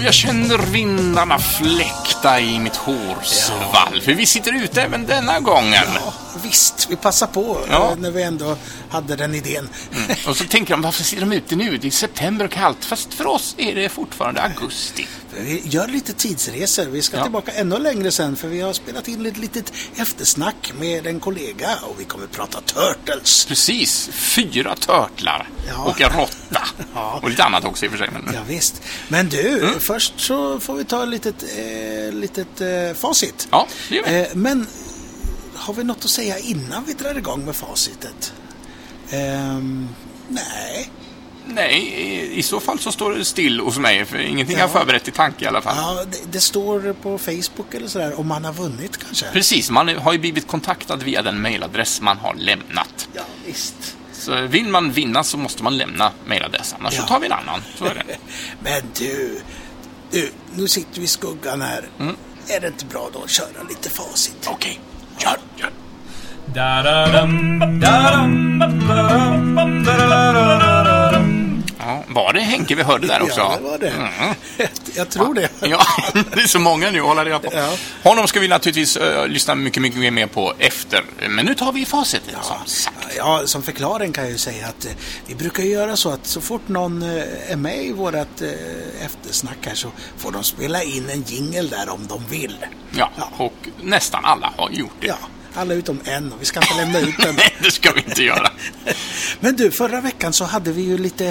jag känner vindarna fläkta i mitt hårsvall. För vi sitter ute även denna gången. Ja, visst, vi passar på när vi ändå hade den idén. Och så tänker de, varför sitter de ute nu? Det är september och kallt, fast för oss är det fortfarande augusti. Vi gör lite tidsresor. Vi ska tillbaka ännu längre sen, för vi har spelat in ett litet eftersnack med en kollega och vi kommer prata Turtles. Precis, 4 törtlar och en råtta. Och lite annat också i och för sig. Men... Ja, visst. Men du, först så får vi ta ett litet facit. Ja, det gör vi. Men har vi något att säga innan vi drar igång med facitet? Nej. Nej, i så fall så står det still hos mig, för ingenting har förberett i tanke i alla fall. Ja, det står på Facebook eller sådär, om man har vunnit kanske. Precis, man har ju blivit kontaktad via den mailadress man har lämnat. Ja, visst. Så vill man vinna så måste man lämna mailadressen, annars så tar vi en annan. Så är det. Men du, nu sitter vi i skuggan här. Är det inte bra då att köra lite facit? Okej, kör. Ja, var det Henke vi hörde där också? Ja, det var det. Jag tror det. Ja, det är så många nu, håller jag på. Ja. Honom ska vi naturligtvis lyssna mycket mer på efter. Men nu tar vi facit, som sagt. Ja, som förklaring kan jag ju säga att vi brukar göra så att så fort någon är med i vårat eftersnack här så får de spela in en jingle där om de vill. Ja, och nästan alla har gjort det. Ja. Alla utom en, och vi ska inte lämna ut den. Nej, det ska vi inte göra. Men du, förra veckan så hade vi ju lite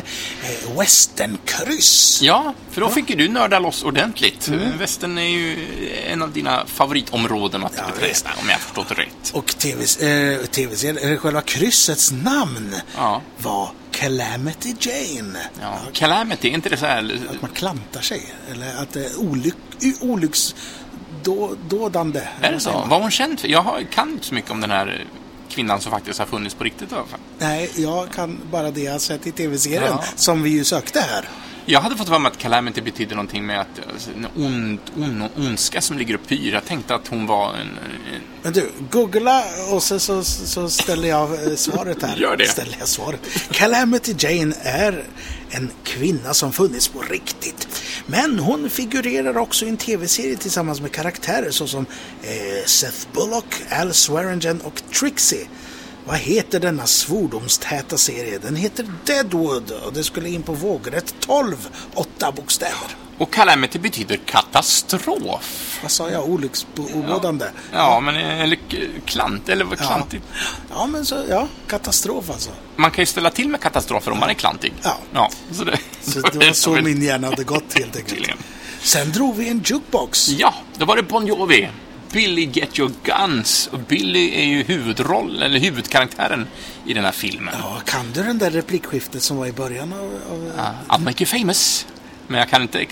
westernkryss. Ja, för då fick ju du nörda loss ordentligt. Western är ju en av dina favoritområden att resa, om jag har förstått det rätt. Och tv-serien, själva kryssets namn var Calamity Jane. Ja, Calamity, är inte det så här... Att man klantar sig, eller att olycks... Dådande. Är det så? Vad hon känd för? Jag kan inte så mycket om den här kvinnan som faktiskt har funnits på riktigt i alla fall. Nej, jag kan bara det jag har sett i tv-serien som vi ju sökte här. Jag hade fått vara med att Calamity betyder någonting med att en ondska som ligger och pyr. Jag tänkte att hon var en... Men du, googla och så ställer jag svaret här. Gör det. Ställer jag svaret. Calamity Jane är en kvinna som funnits på riktigt. Men hon figurerar också i en tv-serie tillsammans med karaktärer såsom Seth Bullock, Al Swearingen och Trixie. Vad heter denna svordomstäta serie? Den heter Deadwood och det skulle in på vågrätt 12, 8 bokstäver. Och Calamity betyder katastrof. Vad sa jag? Olycksbådande. Ja, men eller klant, eller vad klantigt. Ja, men så, katastrof alltså. Man kan ju ställa till med katastrofer om man är klantig. Ja. Så det var så min hjärna hade gått helt enkelt. Sen drog vi en jukebox. Ja, då var det Bon Jovi. Billy Get Your Guns. Och Billy är ju huvudkaraktären i den här filmen. Ja, kan du den där replikskiftet som var i början av I'll make you famous. Men jag kan inte...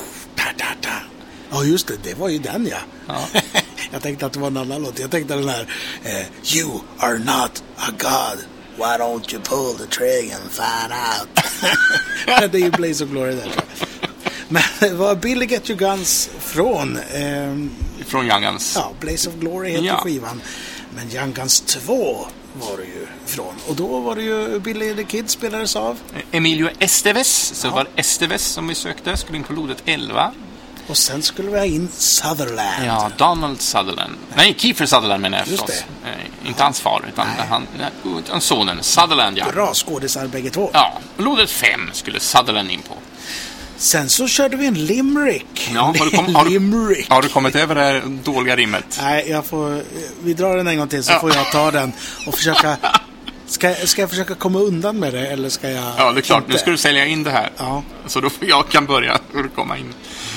Ja, just det var ju den, ja. Jag tänkte att det var en annan låt. Jag tänkte den här You are not a god. Why don't you pull the trigger and find out? Det är ju Blaze of Glory där. Men var Billy Get Your Guns från? Från Young Guns. Ja, Blaze of Glory heter skivan. Men Young Guns 2 var det ju från. Och då var det ju Billy the Kid spelades av Emilio Estevez. Så var det Estevez som vi sökte. Skulle in på lodet 11. Och sen skulle vi ha in Sutherland. Ja, Donald Sutherland. Nej, Kiefer Sutherland menar jag förstås. Inte hans far, utan sonen. Sutherland, ja. Bra skådisar bägge två. Ja, lodet 5 skulle Sutherland in på. Sen så körde vi en limerick. Ja, har du kommit över det här dåliga rimmet? Nej, vi drar den en gång till så får jag ta den och försöka... Ska jag försöka komma undan med det eller ska jag... Ja, det är klart. Nu ska du sälja in det här. Ja. Så då får jag kan börja och komma in.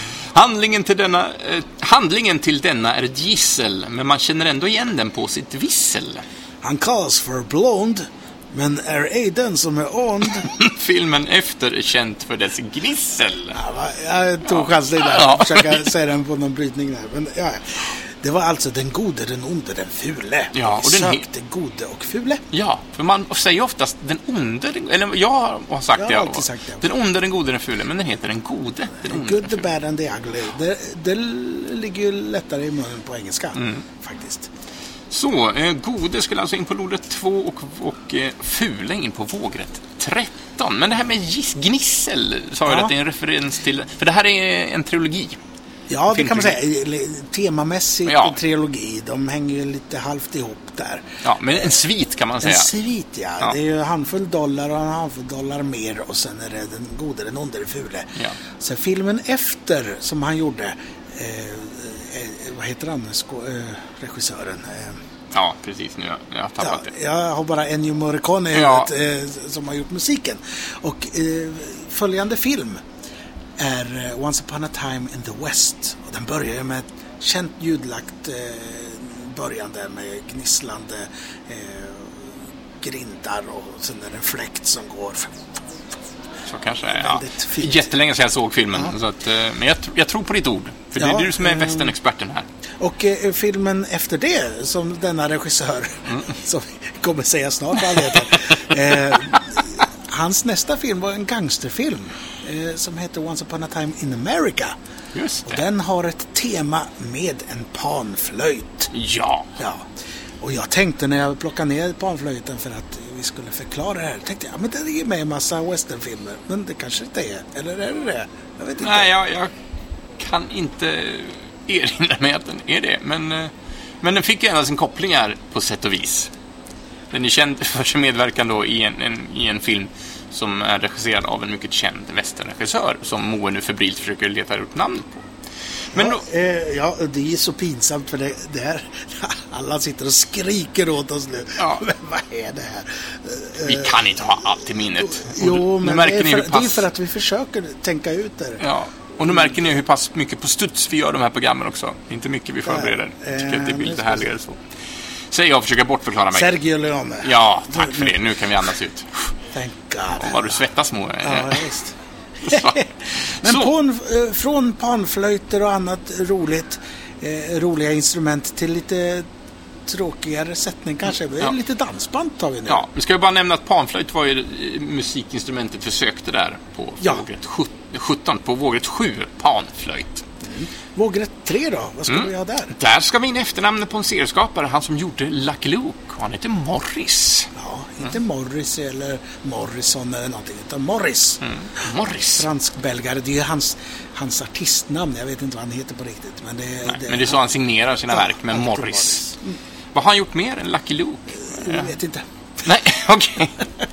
Handlingen till denna är ett gissel, men man känner ändå igen den på sitt vissel. Han kallas för blond, men är ej den som är ond. Filmen efter är känt för dess gnissel. Ja, jag tog chansen där. Försöka säga den på någon brytning där. Men det var alltså den gode, den onde, den fule. Ja, och den den gode och fule. Ja, för man säger oftast den onde, eller jag har sagt det. Den onde, den gode, den fule, men den heter den gode, den onde. Good, the bad and the ugly. Det ligger ju lättare i munnen på engelska, faktiskt. Så, Gode skulle alltså in på lodrätt 2 och Fula in på vågrätt 13. Men det här med gnissel sa jag att det är en referens till... För det här är en trilogi. Ja, det kan man säga. Temamässigt trilogi. De hänger ju lite halvt ihop där. Ja, men en svit kan man säga. En svit, ja. Det är ju en handfull dollar och en handfull dollar mer. Och sen är det den gode, den onde, den fule. Ja. Sen filmen efter som han gjorde... vad heter han? Regissören? Ja, precis. Nu jag har tappat det. Jag har bara Ennio Morricone i huvudet, som har gjort musiken. Och följande film är Once upon a time in the West. Och den börjar med ett känt ljudlagt börjande med gnisslande grindar och sen är det en fläkt som går. Så kanske jättelänge sedan jag såg filmen. Så att, men jag tror på ditt ord. För det är du som är västernexperten här. Och filmen efter det, som denna regissör, som kommer säga snart vad han heter, hans nästa film var en gangsterfilm som heter Once upon a time in America. Just det. Och den har ett tema med en panflöjt. Ja. Och jag tänkte när jag plockade ner panflöjten för att vi skulle förklara det här, tänkte jag, men det är med en massa westernfilmer. Men det kanske inte är. Eller är det det? Jag vet inte. Nej, jag kan inte erinra mig att den är det. Men den fick ju ändå sin koppling här på sätt och vis. Den är känd för sin medverkan då i en film som är regisserad av en mycket känd västernregissör som Moe nu febrilt försöker leta upp namnet på. Men det är så pinsamt för det här. Alla sitter och skriker åt oss nu. Ja. Men vad är det här? Vi kan inte ha allt i minnet. Jo, men det är för att vi försöker tänka ut det. Ja, och nu märker ni hur pass mycket på studs vi gör de här programmen också. Inte mycket vi förbereder. Jag tycker att det blir lite härligare så. Så jag försöker bortförklara mig. Sergio Leone. Ja, tack för det. Nu kan vi andas ut. Thank God. Vad du svettas, Moe. Ja, visst. Men från panflöjter och annat roliga instrument till lite tråkigare sättning kanske. Lite dansband tar vi nu. Ja, vi ska ju bara nämna att panflöjt var ju musikinstrumentet försökte där på vågrätt 17, på vågrätt 7 panflöjt. Vågrätt 3 då? Vad ska vi ha där? Där ska vi in efternamnet på en serieskapare, han som gjorde Lucky Luke. Han heter Morris. Ja, inte Morris eller Morrison eller någonting, utan Morris. Morris. Fransk-belgare, det är hans artistnamn. Jag vet inte vad han heter på riktigt. Men det är så han signerar sina verk med Morris. Vad har han gjort mer än Lucky Luke? Jag vet inte. Nej, okej.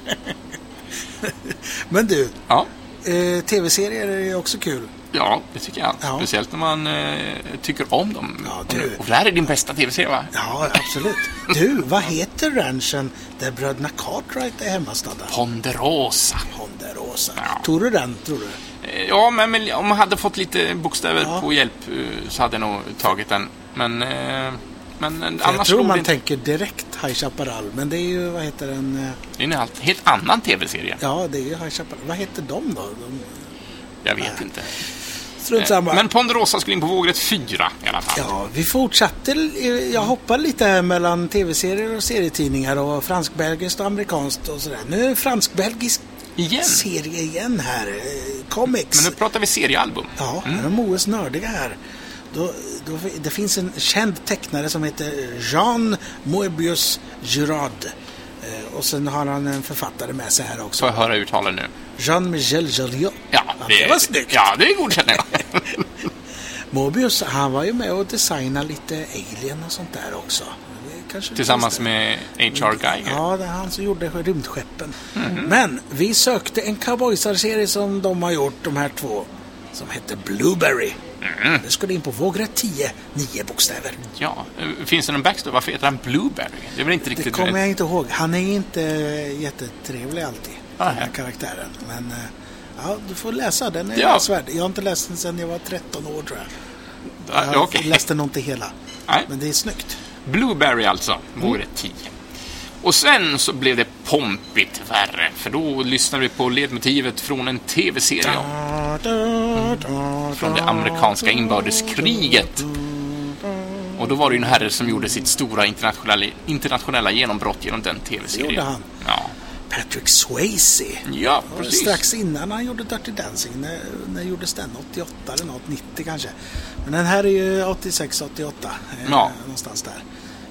Men du, tv-serier är också kul. Ja, det tycker jag. Ja. Speciellt när man tycker om dem. Ja, och det här är din bästa tv-serie, va? Ja, absolut. Du, vad heter ranchen där bröderna Cartwright är hemmastadda? Ponderosa. Ja. Tror du den, tror du? Ja, men om man hade fått lite bokstäver på hjälp så hade jag nog tagit den. Men annars jag tror man tänker direkt High Chaparral, men det är ju, vad heter den? Det är en helt annan tv-serie. Ja, det är ju High Chaparral. Vad heter de då? Jag vet inte. Men Ponderosa skulle in på vågrätt 4 i alla fall. Ja, vi fortsatte. Jag hoppar lite här mellan tv-serier och serietidningar och fransk-belgiskt och amerikanskt och sådär. Nu är det fransk-belgisk serie igen här. Comics. Men nu pratar vi seriealbum. Ja, de Moes nördiga här. Det finns en känd tecknare som heter Jean Moebius Giraud. Och sen har han en författare med sig här också. Får jag höra uttalen nu? Jean-Michel Jarriot. Ja, det var snyggt. Ja, det är godkänt. Moebius, han var ju med och designade lite Alien och sånt där också. Tillsammans med H.R. Geiger. Ja, det är han som gjorde rymdskeppen. Men vi sökte en cowboysar-serie som de har gjort, de här två, som heter Blueberry. Det skulle in på vågrätt 10, 9 bokstäver. Ja, finns det någon backstory? Varför heter han Blueberry? Det är väl inte riktigt. Det kommer jag inte ihåg. Han är inte jättetrevlig alltid, den här karaktären. Men du får läsa, den är läsvärd. Jag har inte läst den sedan jag var 13 år, tror jag. Jag läste nog inte hela. Nej. Men det är snyggt. Blueberry alltså, vågrätt 10. Och sen så blev det pompigt värre, för då lyssnade vi på ledmotivet från en tv-serie från det amerikanska inbördeskriget. Och då var det ju en herre som gjorde sitt stora internationella genombrott genom den tv-serien. Det gjorde han. Ja. Patrick Swayze. Ja, precis. Strax innan han gjorde Dirty Dancing. När gjordes den? 88 eller något, 90 kanske. Men den här är ju 86-88. Någonstans där.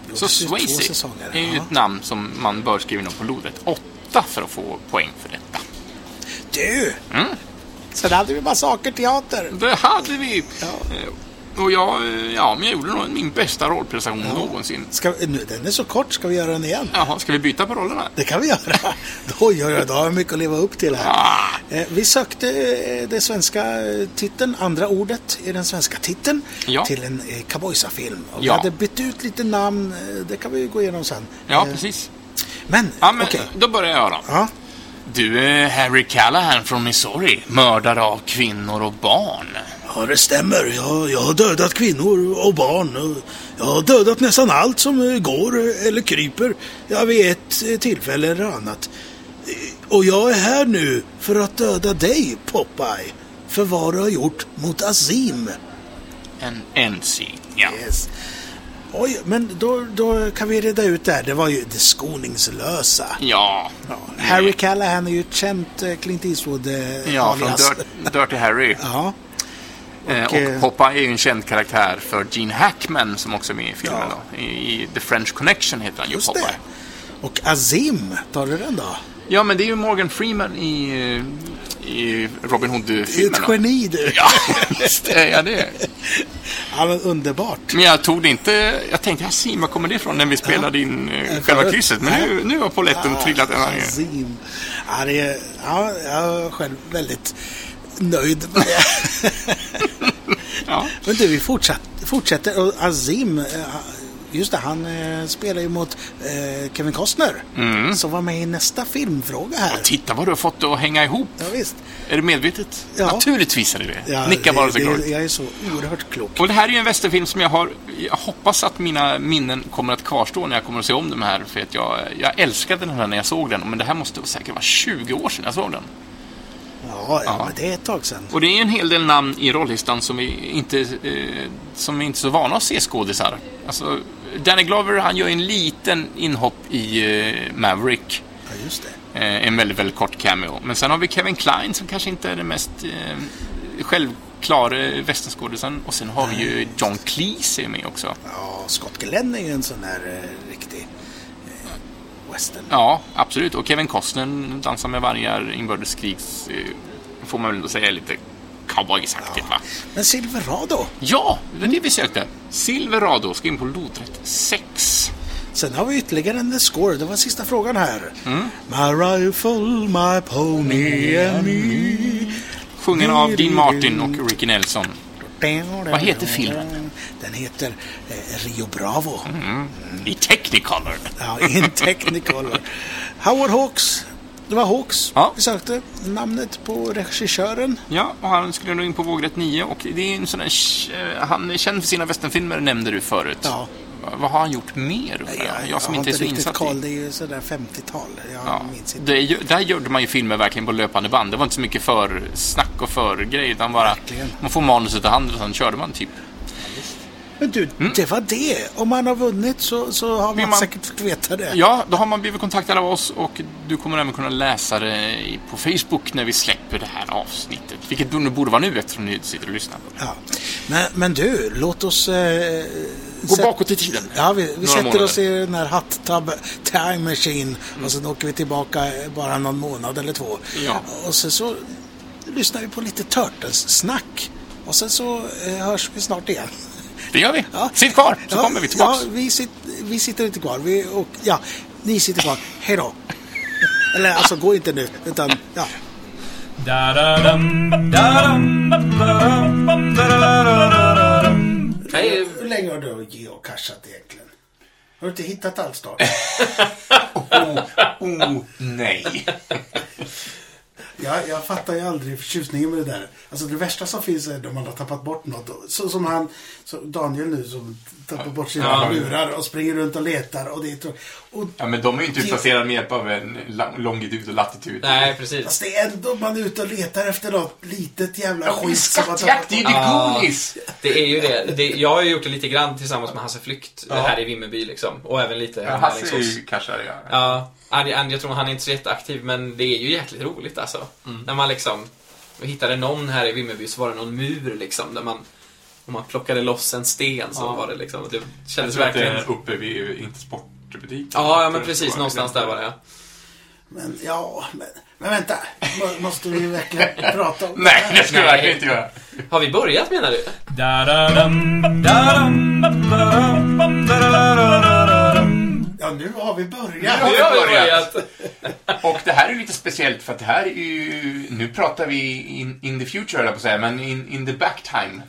Så Swayze är ju ett namn som man bör skriva in på lodrätt 8 för att få poäng för detta. Du! Sen hade vi Massakerteater. Det hade vi. Och men jag gjorde nog min bästa rollprestation någonsin. Den är så kort, ska vi göra den igen? Jaha, ska vi byta på rollerna? Det kan vi göra. Då har jag mycket att leva upp till här. Vi sökte den svenska titeln, andra ordet i den svenska titeln till en cowboysafilm. Och vi hade bytt ut lite namn, det kan vi gå igenom sen. Ja, precis. Men okay. Då börjar jag då. Ja. Du är Harry Callahan från Missouri, mördare av kvinnor och barn. Ja, det stämmer. Jag har dödat kvinnor och barn. Jag har dödat nästan allt som går eller kryper. Vid ett tillfälle eller annat. Och jag är här nu för att döda dig, Popeye. För vad du har gjort mot Azim. En NC, ja. Yes. Oj, men då kan vi reda ut det här. Det var ju det skoningslösa. Ja. Harry Callahan är ju ett känt Clint Eastwood från Dirty Harry. Ja. Och Popeye är ju en känd karaktär för Gene Hackman som också är med i filmen då. I The French Connection heter han ju Popeye. Det. Och Azim, tar du den då? Ja, men det är ju Morgan Freeman i Robin Hood-filmen. Ett geni du. Ja, visst är det. Ja, men underbart. Men jag tog det inte. Jag tänkte, Azim, var kommer det ifrån när vi spelade in själva krysset? Men nu har polletten trillat en gång. Azim. Jag är själv väldigt nöjd med det. Men du, vi fortsätter. Och Azim, just det, han spelar ju mot Kevin Costner. Som var med i nästa filmfråga här. Titta vad du har fått att hänga ihop. Ja, visst. Är det medvetet? Ja. Naturligtvis är det. Nicka bara så klart. Jag är så oerhört klok. Och det här är ju en västerfilm som jag hoppas att mina minnen kommer att kvarstå när jag kommer att se om de här. För att jag älskade den här när jag såg den. Men det här måste säkert vara 20 år sedan jag såg den. Ja, men det är ett tag sedan. Och det är en hel del namn i rolllistan som vi inte är så vana att se skådisar. Alltså, Danny Glover, han gör en liten inhopp i Maverick. Ja, just det. En väldigt, väldigt kort cameo. Men sen har vi Kevin Kline som kanske inte är den mest självklara västernskådisen. Och sen har vi ju John Cleese med också. Ja, Scott Glenn är ju en sån där riktig western. Ja, absolut. Och Kevin Costner dansar med vargar, inbördeskrigs får man väl ändå säga lite cowboysaktigt, va? Men Silverado? Ja, det är det vi sökte. Silverado ska in på lodrätt 6. Sen har vi ytterligare en score. Det var sista frågan här. My rifle, my pony and me. Sjungen av Dean Martin och Ricky Nelson. Vad heter filmen? Den heter Rio Bravo. I Technicolor. Ja, in Technicolor. Howard Hawks. Det var Hawks vi sökte. Namnet på regissören. Ja, och han skulle nog in på vågrätt 9. Och det är en sån där, han är känd för sina västernfilmer, nämnde du förut. Ja. Vad har han gjort mer? Jag som inte är så insatt i. Det är ju sådär 50-tal. Minns inte. Där gjorde man ju filmer verkligen på löpande band. Det var inte så mycket för snack och för grejer, utan bara man får manuset i handen och sen körde man typ. Men du, det var det. Om man har vunnit så har man säkert fått veta det. Ja, då har man blivit kontaktad av oss och du kommer även kunna läsa det på Facebook när vi släpper det här avsnittet. Vilket borde vara nu eftersom ni sitter och lyssnar på det. Ja. Men du, låt oss... gå bakåt i tiden. Ja, vi sätter oss i den här Hot Tub Time Machine och sen åker vi tillbaka bara någon månad eller 2. Ja. Och så lyssnar vi på lite Turtles-snack. Och sen så hörs vi snart igen. Det gör vi. Ja. Sitt kvar, så kommer vi tillbaka. Ja, vi sitter inte kvar. Ni sitter kvar. Hej då. Eller alltså, gå inte nu, utan Hur länge har du geocachat egentligen? Har du inte hittat allt då? Nej. Jag fattar ju aldrig förtjusningen med det där. Alltså det värsta som finns är då man har tappat bort något. Så som Daniel nu som tappar bort sina lurar och springer runt och letar. Och det är men de är ju inte utplacerade med hjälp av en longitud och latitud. Nej, precis. Fast det är ändå man är ute och letar efter något litet jävla skit. Skattjakt, det är det godis. Det är ju det. Jag har ju gjort det lite grann tillsammans med Hasse Flykt här i Vimmerby liksom. Och även lite Hasse är ju kanske jag tror han är inte så jätteaktiv, men det är ju jäkligt roligt alltså. När man liksom hittade någon här i Vimmerby, så var det någon mur liksom där man Om man plockade loss en sten så var det liksom... Det kändes verkligen... uppe vid inte sportbutik. Ja, men precis. Någonstans där var det. Men vänta. Måste vi verkligen prata om Nej, det ska vi verkligen inte göra. Har vi börjat, menar du? Ja, nu har vi börjat. Nu har vi börjat. Och det här är lite speciellt för att det här är ju... Nu pratar vi in the future, eller på att säga, men in the back time.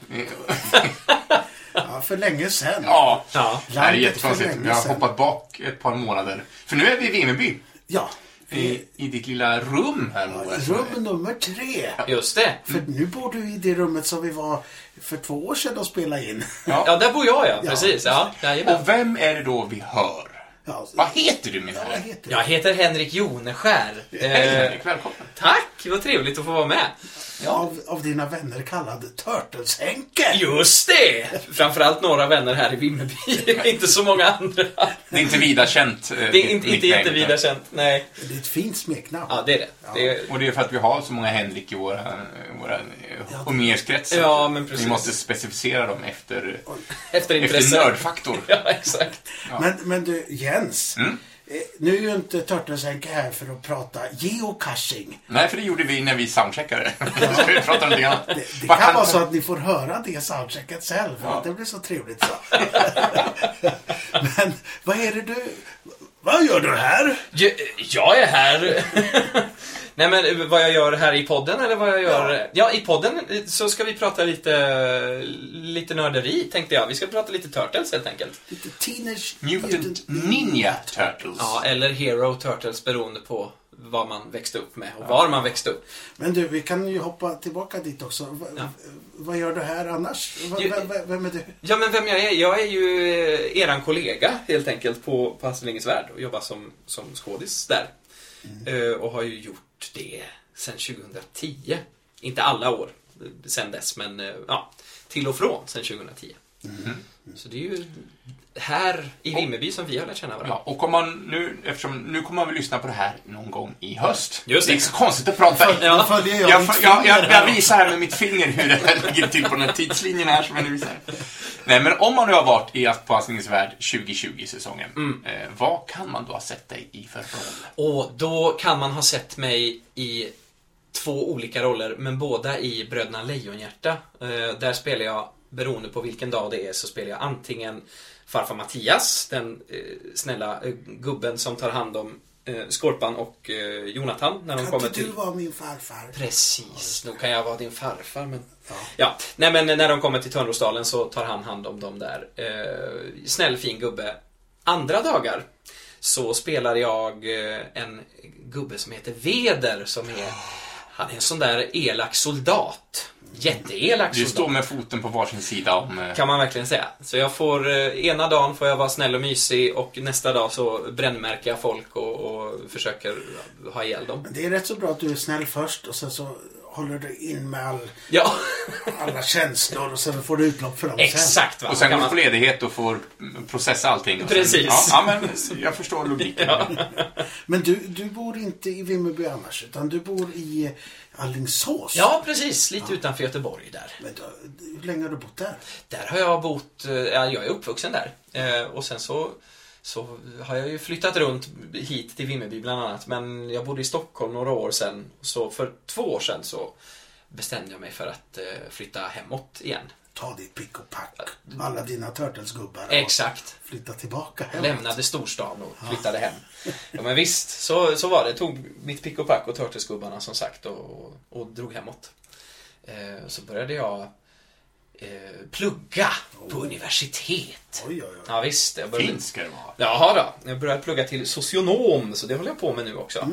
Ja, för länge sedan. Ja. Det här är jättekonstigt. Vi har sedan. hoppat bak ett par månader. För nu är vi i Vimmerby. Ja. I ditt lilla rum här. Rum nummer 3. Just det. För nu bor du i det rummet som vi var för 2 år sedan och spelade in. Ja, där bor jag, precis. Ja, och vem är det då vi hör? Ja, vad heter du, min herre? Jag heter Henrik Joneskär. Hej Henrik, välkommen. Tack, vad trevligt att få vara med. Ja. Av dina vänner kallad Turtles-Henke. Just det! Framförallt några vänner här i Vimmerby. Inte så många andra. Det är inte vida känt. Det är inte jättevida känt, nej. Det är ett fint smeknamn. Ja, det är det. Ja. Och det är för att vi har så många Henrik i våra umgängeskretsar. Ja, men precis. Vi måste specificera dem efter intresse. nördfaktor. Ja, exakt. Ja. Men du, Jens. Nu är ju inte Turtles-Henke här för att prata geocaching. Nej, för det gjorde vi när vi soundcheckade. Ska vi prata om det annat? Det kan vara så att ni får höra det soundchecket själv. Ja. Det blir så trevligt så. Men vad är det du... Vad gör du här? Jag är här. Nej, men vad jag gör här i podden eller vad jag gör... Ja, i podden så ska vi prata lite nörderi, tänkte jag. Vi ska prata lite Turtles, helt enkelt. Lite Teenage Mutant Ninja Turtles. Ja, eller Hero Turtles, beroende på vad man växte upp med och var man växte upp. Men du, vi kan ju hoppa tillbaka dit också. Vad gör du här annars? Vem är du? Ja, men vem jag är? Jag är ju eran kollega, helt enkelt, på Astrid Lindgrens Värld och jobbar som skådis där. Och har ju gjort det sedan 2010. Inte alla år sedan dess, men till och från sedan 2010. Så det är ju här i Vimmerby som vi har lärt känna varandra. Ja, och om nu kommer man väl lyssna på det här någon gång i höst. Just det. Det är så konstigt att prata. Jag visar här med mitt finger hur det här ligger till på den här tidslinjen här som jag nu visar. Nej, men om man nu har varit på Astrid Lindgrens Värld 2020-säsongen, vad kan man då ha sett dig i för roll? Och då kan man ha sett mig i 2 olika roller, men båda i Bröderna Lejonhjärta. Där spelar jag, beroende på vilken dag det är, så spelar jag antingen farfar Mattias, den snälla gubben som tar hand om Skorpan och Jonathan när de kommer till... Kan du vara min farfar? Precis, då kan jag vara din farfar, men... Ja. Nej, men när de kommer till Törnrosdalen så tar han hand om dem där. Snäll, fin gubbe. Andra dagar så spelar jag en gubbe som heter Veder, som är... Han är en sån där elak soldat. Jätteelak soldat. Du står med foten på varsin sida om... Kan man verkligen säga. Så jag får... ena dagen får jag vara snäll och mysig, och nästa dag så brännmärker jag folk och försöker ha ihjäl dem. Men det är rätt så bra att du är snäll först och sen så håller du in med alla känslor och sen får du utlopp för dem. Exakt, va? Och sen går man på ledighet och får processa allting. Och precis. Sen, men jag förstår logiken. Men du bor inte i Vimmerby annars, utan du bor i Alingsås. Ja, precis. Lite utanför Göteborg där. Men hur länge har du bott där? Där har jag bott... jag är uppvuxen där. Och sen så har jag ju flyttat runt hit till Vimmerby bland annat. Men jag bodde i Stockholm några år sedan. Så för 2 år sedan så bestämde jag mig för att flytta hemåt igen. Ta ditt pick och pack. Alla dina Turtles-gubbar. Exakt. Flytta tillbaka hem. Jag lämnade storstan och flyttade hem. Ja, men visst, så var det. Tog mitt pick och pack och Turtles-gubbarna som sagt och drog hemåt. Så började jag plugga på universitet. Oj. Ja, visst. Fint ska det vara. Jaha då. Jag började plugga till socionom, så det håller jag på med nu också.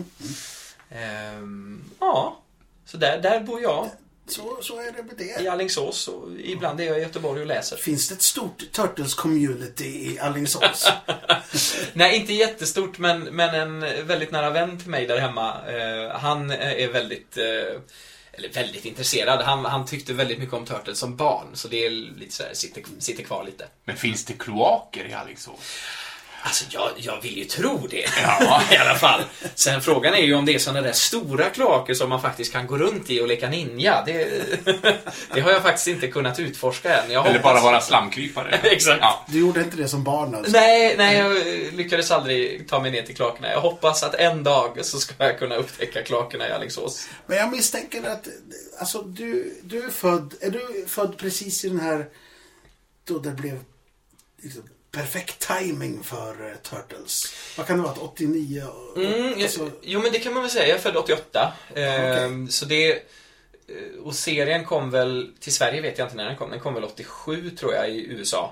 Ja, så där bor jag. Så är det med det. I Alingsås, och ibland är jag i Göteborg och läser. Finns det ett stort Turtles-community i Alingsås? Nej, inte jättestort, men en väldigt nära vän till mig där hemma. Han är väldigt intresserad. Han tyckte väldigt mycket om Turtles som barn, så det är lite så här, sitter kvar lite. Men finns det kloaker i Alingsås? Alltså, jag vill ju tro det. Ja. I alla fall. Sen frågan är ju om det är sådana där stora kloaker som man faktiskt kan gå runt i och leka ninja. Det har jag faktiskt inte kunnat utforska än. Eller bara vara slamkrypare. Exakt. Ja. Du gjorde inte det som barn alltså? Nej, jag lyckades aldrig ta mig ner till kloakerna. Jag hoppas att en dag så ska jag kunna upptäcka kloakerna i Alingsås. Men jag misstänker att alltså, du är du född precis i den här då det blev liksom, perfekt timing för Turtles. Vad kan det vara? 89? Alltså... Jo, men det kan man väl säga. Jag är född 88. Okay. Så det... Och serien kom väl... Till Sverige vet jag inte när den kom. Den kom väl 87 tror jag i USA.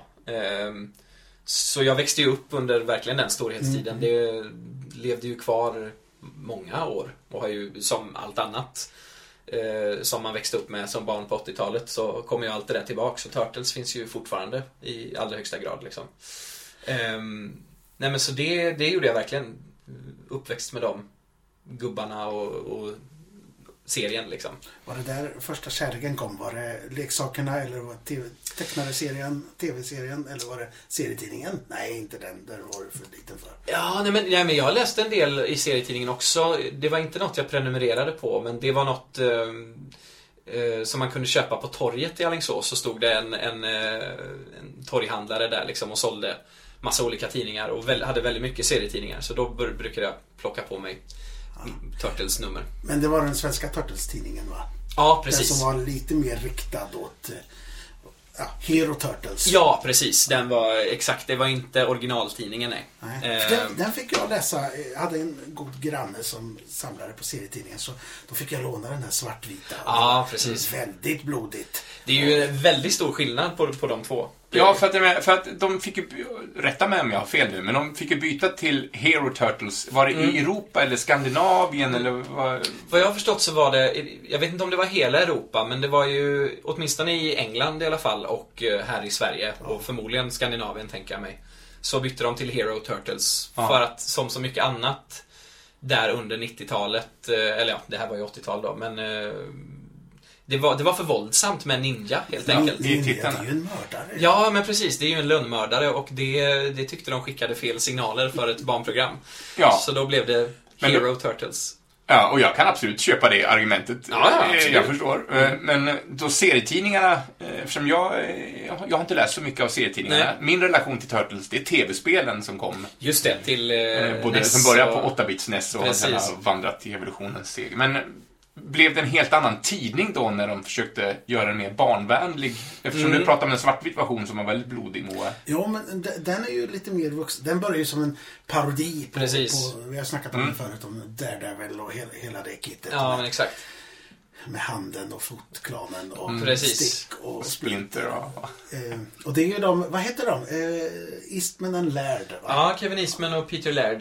Så jag växte ju upp under verkligen den storhetstiden. Det levde ju kvar många år. Och har ju som allt annat som man växte upp med som barn på 80-talet så kommer ju allt det där tillbaka. Så Turtles finns ju fortfarande i allra högsta grad liksom. Nej men så det gjorde jag verkligen, uppväxt med de gubbarna och serien liksom. Var det där första kärleken kom? Var det leksakerna eller var det tecknade serien, tv-serien eller var det serietidningen? Nej, inte den. Där var du för liten för. Ja, nej, men jag läste en del i serietidningen också. Det var inte något jag prenumererade på, men det var något som man kunde köpa på torget i Alingsås. Så stod det en torghandlare där liksom och sålde massa olika tidningar och hade väldigt mycket serietidningar. Så då brukade jag plocka på mig Turtles-nummer. Men det var den svenska Turtles-tidningen va? Ja, precis. Den som var lite mer riktad åt Hero Turtles. Ja, precis. Den var exakt, det var inte originaltidningen, nej. Den fick jag läsa. Jag hade en god granne som samlade på serietidningen så då fick jag låna den här svartvita. Ja, precis. Väldigt blodigt. Det är ju en väldigt stor skillnad på de två. Ja, för att de fick ju, rätta mig om jag har fel nu, men de fick ju byta till Hero Turtles. Var det i Europa eller Skandinavien eller vad jag har förstått så var det, jag vet inte om det var hela Europa, men det var ju åtminstone i England i alla fall och här i Sverige och förmodligen Skandinavien tänker jag mig. Så bytte de till Hero Turtles för att som så mycket annat där under 90-talet, eller ja, det här var ju 80-tal då, men det var för våldsamt med ninja helt enkelt. Det är ju en mördare. Ja, men precis. Det är ju en lönnmördare och det tyckte de skickade fel signaler för ett barnprogram. Ja. Så då blev det Hero Turtles. Ja, och jag kan absolut köpa det argumentet. Ja, jag förstår. Men då serietidningarna, eftersom jag har inte läst så mycket av serietidningarna. Nej. Min relation till Turtles, det är tv-spelen som kom. Just det, till både NES som började på 8-bits NES och sen har vandrat till evolutionens steg. Men blev det en helt annan tidning då när de försökte göra den mer barnvänlig? Eftersom du pratar om en svartvit version som var väldigt blodig, Moa. Ja, men den är ju lite mer vuxen. Den börjar ju som en parodi på vi har snackat om det förut, om Daredevil och hela det kittet. Ja, men exakt. Med handen och fotklanen och Stick och Splinter. Och det är ju de, vad heter de? Eastman and Laird, va? Ja, Kevin Eastman och Peter Laird.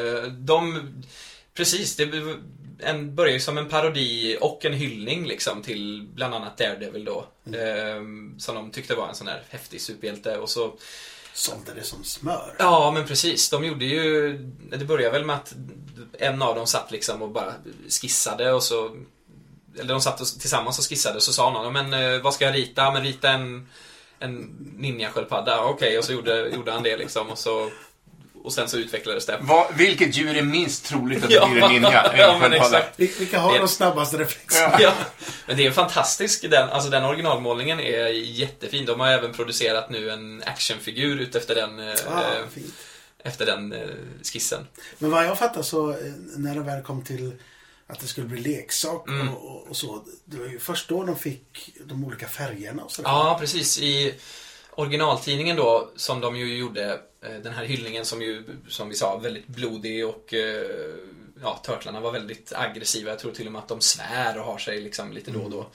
Precis, det börjar ju som en parodi och en hyllning liksom till bland annat Daredevil då. Som de tyckte var en sån här häftig superhjälte och så sålde det som smör. Ja, men precis. De gjorde ju, det började väl med att en av dem satt liksom och bara skissade och så, eller de satt tillsammans och skissade, så sa någon, men vad ska jag rita? Men rita en ninja-sköldpadda. Okej, och så gjorde han det liksom och sen så utvecklades det. Vilket djur är minst troligt att det blir en ninja? Ja, men exakt. Vilka har de snabbaste reflexerna? Ja, men det är fantastisk. Den originalmålningen är jättefin. De har även producerat nu en actionfigur ut efter den skissen. Men vad jag fattar så, när det väl kom till att det skulle bli leksak och så, det var ju först då de fick de olika färgerna och sådär. Ja, precis. I originaltidningen då, som de ju gjorde, den här hyllningen som vi sa, väldigt blodig och törtlarna var väldigt aggressiva. Jag tror till och med att de svär och har sig liksom lite då och då.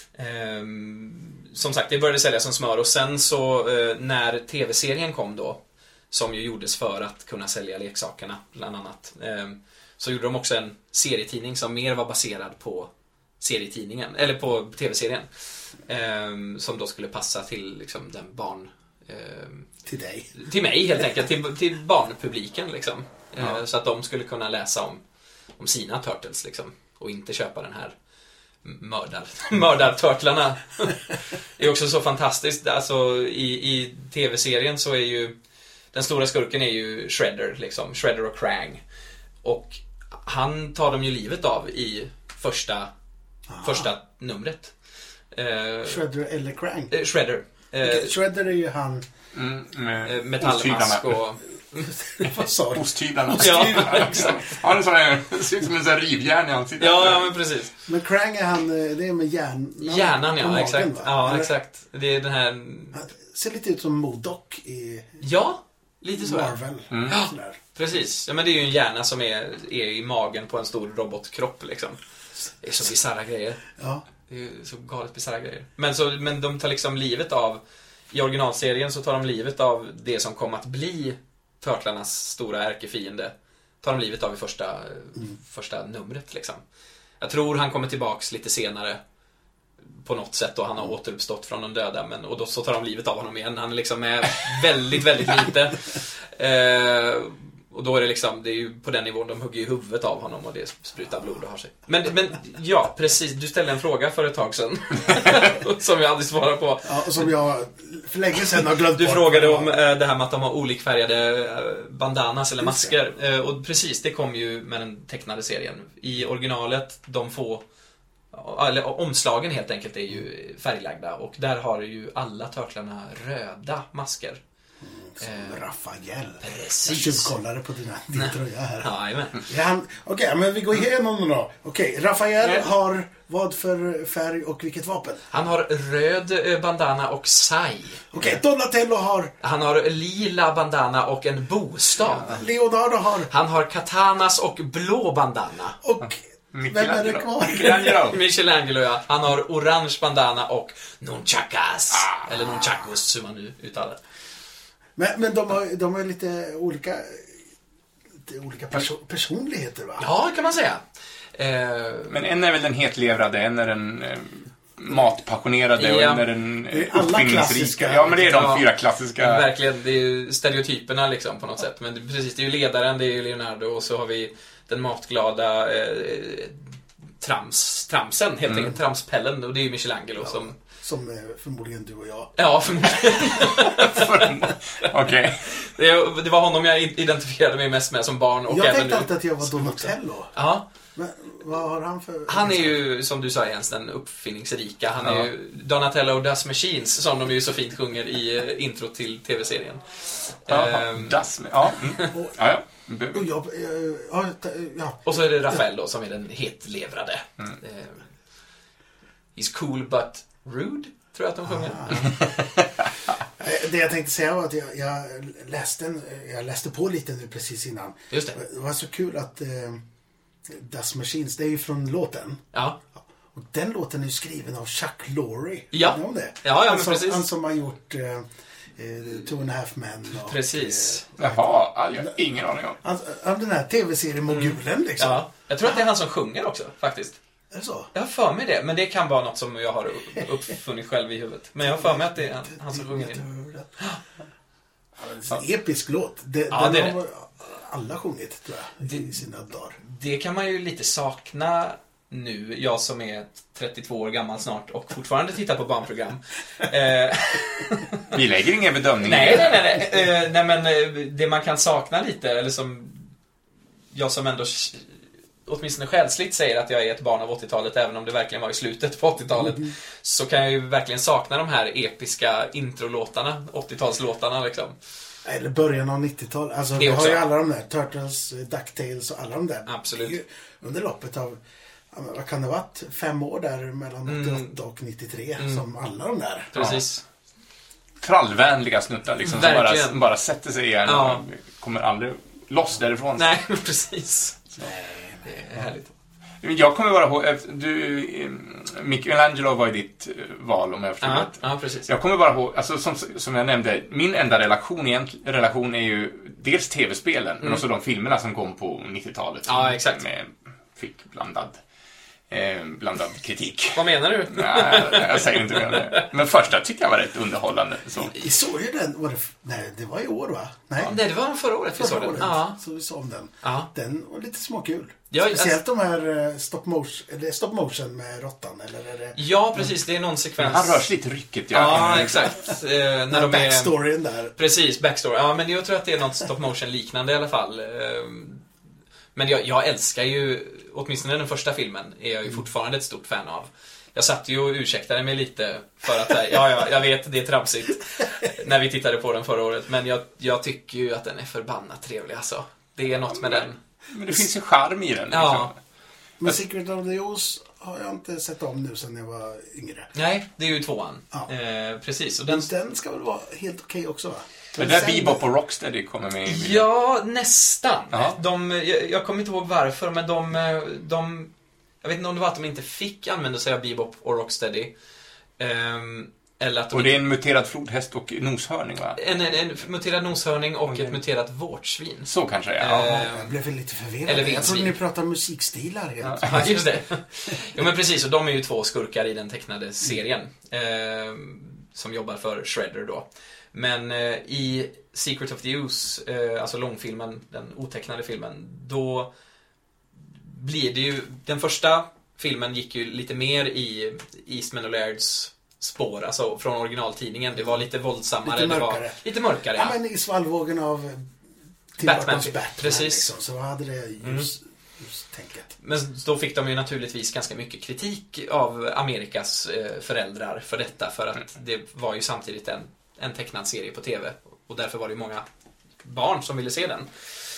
Som sagt, det började sälja som smör och sen så när tv-serien kom då, som ju gjordes för att kunna sälja leksakerna bland annat, så gjorde de också en serietidning som mer var baserad på serietidningen, eller på tv-serien, som då skulle passa till liksom den barn... till dig. Till mig helt enkelt, till barnpubliken liksom. Så att de skulle kunna läsa om sina Turtles liksom, och inte köpa den här mördartörtlarna. Det är också så fantastiskt, alltså i tv-serien så är ju Den stora skurken är ju Shredder liksom, Shredder och Krang. Och han tar dem ju livet av i första numret. Shredder eller Krang? Shredder. Shredder är ju han... Metallmask och... Vad sa du? Osthyvlarna. Ja, exakt. Han är sån här, ser ut som en sån här rivjärn i ansiktet. Ja, men precis. Men Krang är han, det är med hjärnan ja, magen, exakt. Va? Ja, eller? Exakt. Det är den här... Han ser lite ut som MODOK i Ja, lite så. Marvel. Ja, Sådär. precis. Ja, men det är ju en hjärna som är i magen på en stor robotkropp liksom. Det är så bizarra grejer. Ja. Det är så galet bizarra grejer. Men de tar liksom livet av... I originalserien så tar de livet av det som kom att bli Turtlarnas stora ärkefiende. Tar de livet av i första numret liksom. Jag tror han kommer tillbaks lite senare på något sätt och han har återuppstått från de döda, och då så tar de livet av honom igen. Han är liksom väldigt, väldigt lite. Och då är det liksom, det är ju på den nivån de hugger i huvudet av honom och det sprutar blod och har sig. Men ja, precis. Du ställde en fråga för ett tag sedan som jag aldrig svarade på. Ja, som jag för länge sedan har glömt Du bort. frågade om det här med att de har olikfärgade bandanas eller masker. Och precis, det kom ju med den tecknade serien. I originalet, eller omslagen helt enkelt är ju färglagda. Och där har ju alla turtlarna röda masker. Rafael. Precis. Jag tjuvkollade på din tröja här. Ja, Okej, men vi går igenom då. Okej, Rafael har vad för färg och vilket vapen? han har röd bandana och sai. Okej, Donatello har... Han har lila bandana och en bostav. Leonardo har... Han har katanas och blå bandana. Och... Vem är det kvar? Michelangelo, ja. Han har orange bandana och nunchakas. Eller nunchakos, hur man nu uttalar. Men de har lite olika personligheter, va? Ja, kan man säga. Men en är väl den hetlevrade, en är den matpassionerade och en är den uppfinningsrika. Ja, men det är de fyra klassiska. Verkligen, det är ju stereotyperna liksom på något sätt. Men precis, det är ju ledaren, det är ju Leonardo och så har vi den matglada tramsen, helt enkelt, tramspellen, och det är ju Michelangelo som förmodligen du och jag. Ja, förmodligen. Okej. Det var honom jag identifierade mig mest med som barn. Och jag även tänkte alltid att jag var Donatello. Ja. Men vad har han för... Han är ju, som du sa Jens, den uppfinningsrika. Han är ju Donatello Das Machines, som de ju så fint sjunger i intro till tv-serien. Das, ja. Ja. Och så är det Rafael då, som är den hetlevrade. He's cool but rude, tror jag att de sjunger. Det jag tänkte säga var att jag läste på lite nu precis innan. Just det. Det var så kul att Das Machines, det är ju från låten. Ja. Och den låten är ju skriven av Chuck Lorre. Ja. Ja, men precis. Han som har gjort Two and a Half Men. Och, precis. Jaha, jag har ingen aning om. Den här tv-serien-mogulen liksom. Ja. Jag tror att det är han som sjunger också, faktiskt. Är det så? Jag har för mig det, men det kan vara något som jag har uppfunnit själv i huvudet. Men jag har för mig att det är han som sjunger det. Det är en episk låt. Den har alla sjungit, tror jag, i sina dagar. Det kan man ju lite sakna nu, jag som är 32 år gammal snart och fortfarande tittar på barnprogram. Vi lägger ingen bedömning. Nej, men det man kan sakna lite, eller som jag som ändå åtminstone själsligt säger att jag är ett barn av 80-talet, även om det verkligen var i slutet på 80-talet, så kan jag ju verkligen sakna de här episka introlåtarna, 80-talslåtarna liksom. Eller början av 90-talet. Alltså vi har ju alla de där Turtles, DuckTales och alla de där. Absolut. Under loppet av, vad kan det ha varit, 5 år där mellan 88 och 93 som alla de där. Precis. Trallvänliga snuttar liksom, som bara sätter sig i hjärnan och kommer aldrig loss därifrån. Nej, precis. Det är härligt. Jag kommer bara ihåg, Michelangelo var ju ditt val, om jag förstår rätt. Ja, precis. Jag kommer bara ihåg, alltså, som jag nämnde, min enda relation är ju dels tv-spelen, men också de filmerna som kom på 90-talet. Ja, exakt. Med fick blandad blandad kritik. Vad menar du? Nej, jag säger inte det. Men första tyckte jag var rätt underhållande. Så. Vi såg ju den, nej, det var i år va? Nej, det var förra året vi såg den. Ja. Så vi såg om den. Ja. Den var lite småkul. Ja, speciellt de här stop motion med råttan, eller är det... Ja, precis. Det är någon sekvens. Han rör sig lite ryckigt. Ja, exakt. När de backstoryn där. Precis, backstory. Ja, men jag tror att det är något stop motion liknande i alla fall. Men jag älskar ju, åtminstone den första filmen, är jag ju fortfarande ett stort fan av. Jag satt ju och ursäktade mig lite för att, jag vet, det är tramsigt när vi tittade på den förra året. Men jag tycker ju att den är förbannat trevlig, alltså. Det är något med den. Men det finns ju charm i den. Ja. Liksom. Men Secret of the Ooze har jag inte sett om nu sedan jag var yngre. Nej, det är ju 2:an. Ja. Precis. Och den ska väl vara helt okej också, va? Men där Bebop och Rocksteady kommer med i bilden. Ja, nästan. Ja. Jag kommer inte ihåg varför, men de jag vet inte om det var att de inte fick använda sig av Bebop och Rocksteady. Eller att och det är en muterad flodhäst och noshörning, va? En muterad noshörning och ett muterat vårtsvin. Så kanske det är. Jag blev lite förvirrad. Eller jag trodde ni pratade musikstilar helt. Ja, just det. Jo, men precis. Och de är ju 2 skurkar i den tecknade serien. Som jobbar för Shredder då. Men i Secret of the Ooze, alltså långfilmen, den otecknade filmen, då blir det ju... Den första filmen gick ju lite mer i Eastman och Lairds spår, alltså från originaltidningen. Det var lite våldsammare. Lite mörkare. Det var lite mörkare, ja. Men i svallvågen av Batman. Precis. Liksom, så hade det just tänket. Men då fick de ju naturligtvis ganska mycket kritik av Amerikas föräldrar för detta, för att det var ju samtidigt en tecknad serie på TV, och därför var det många barn som ville se den.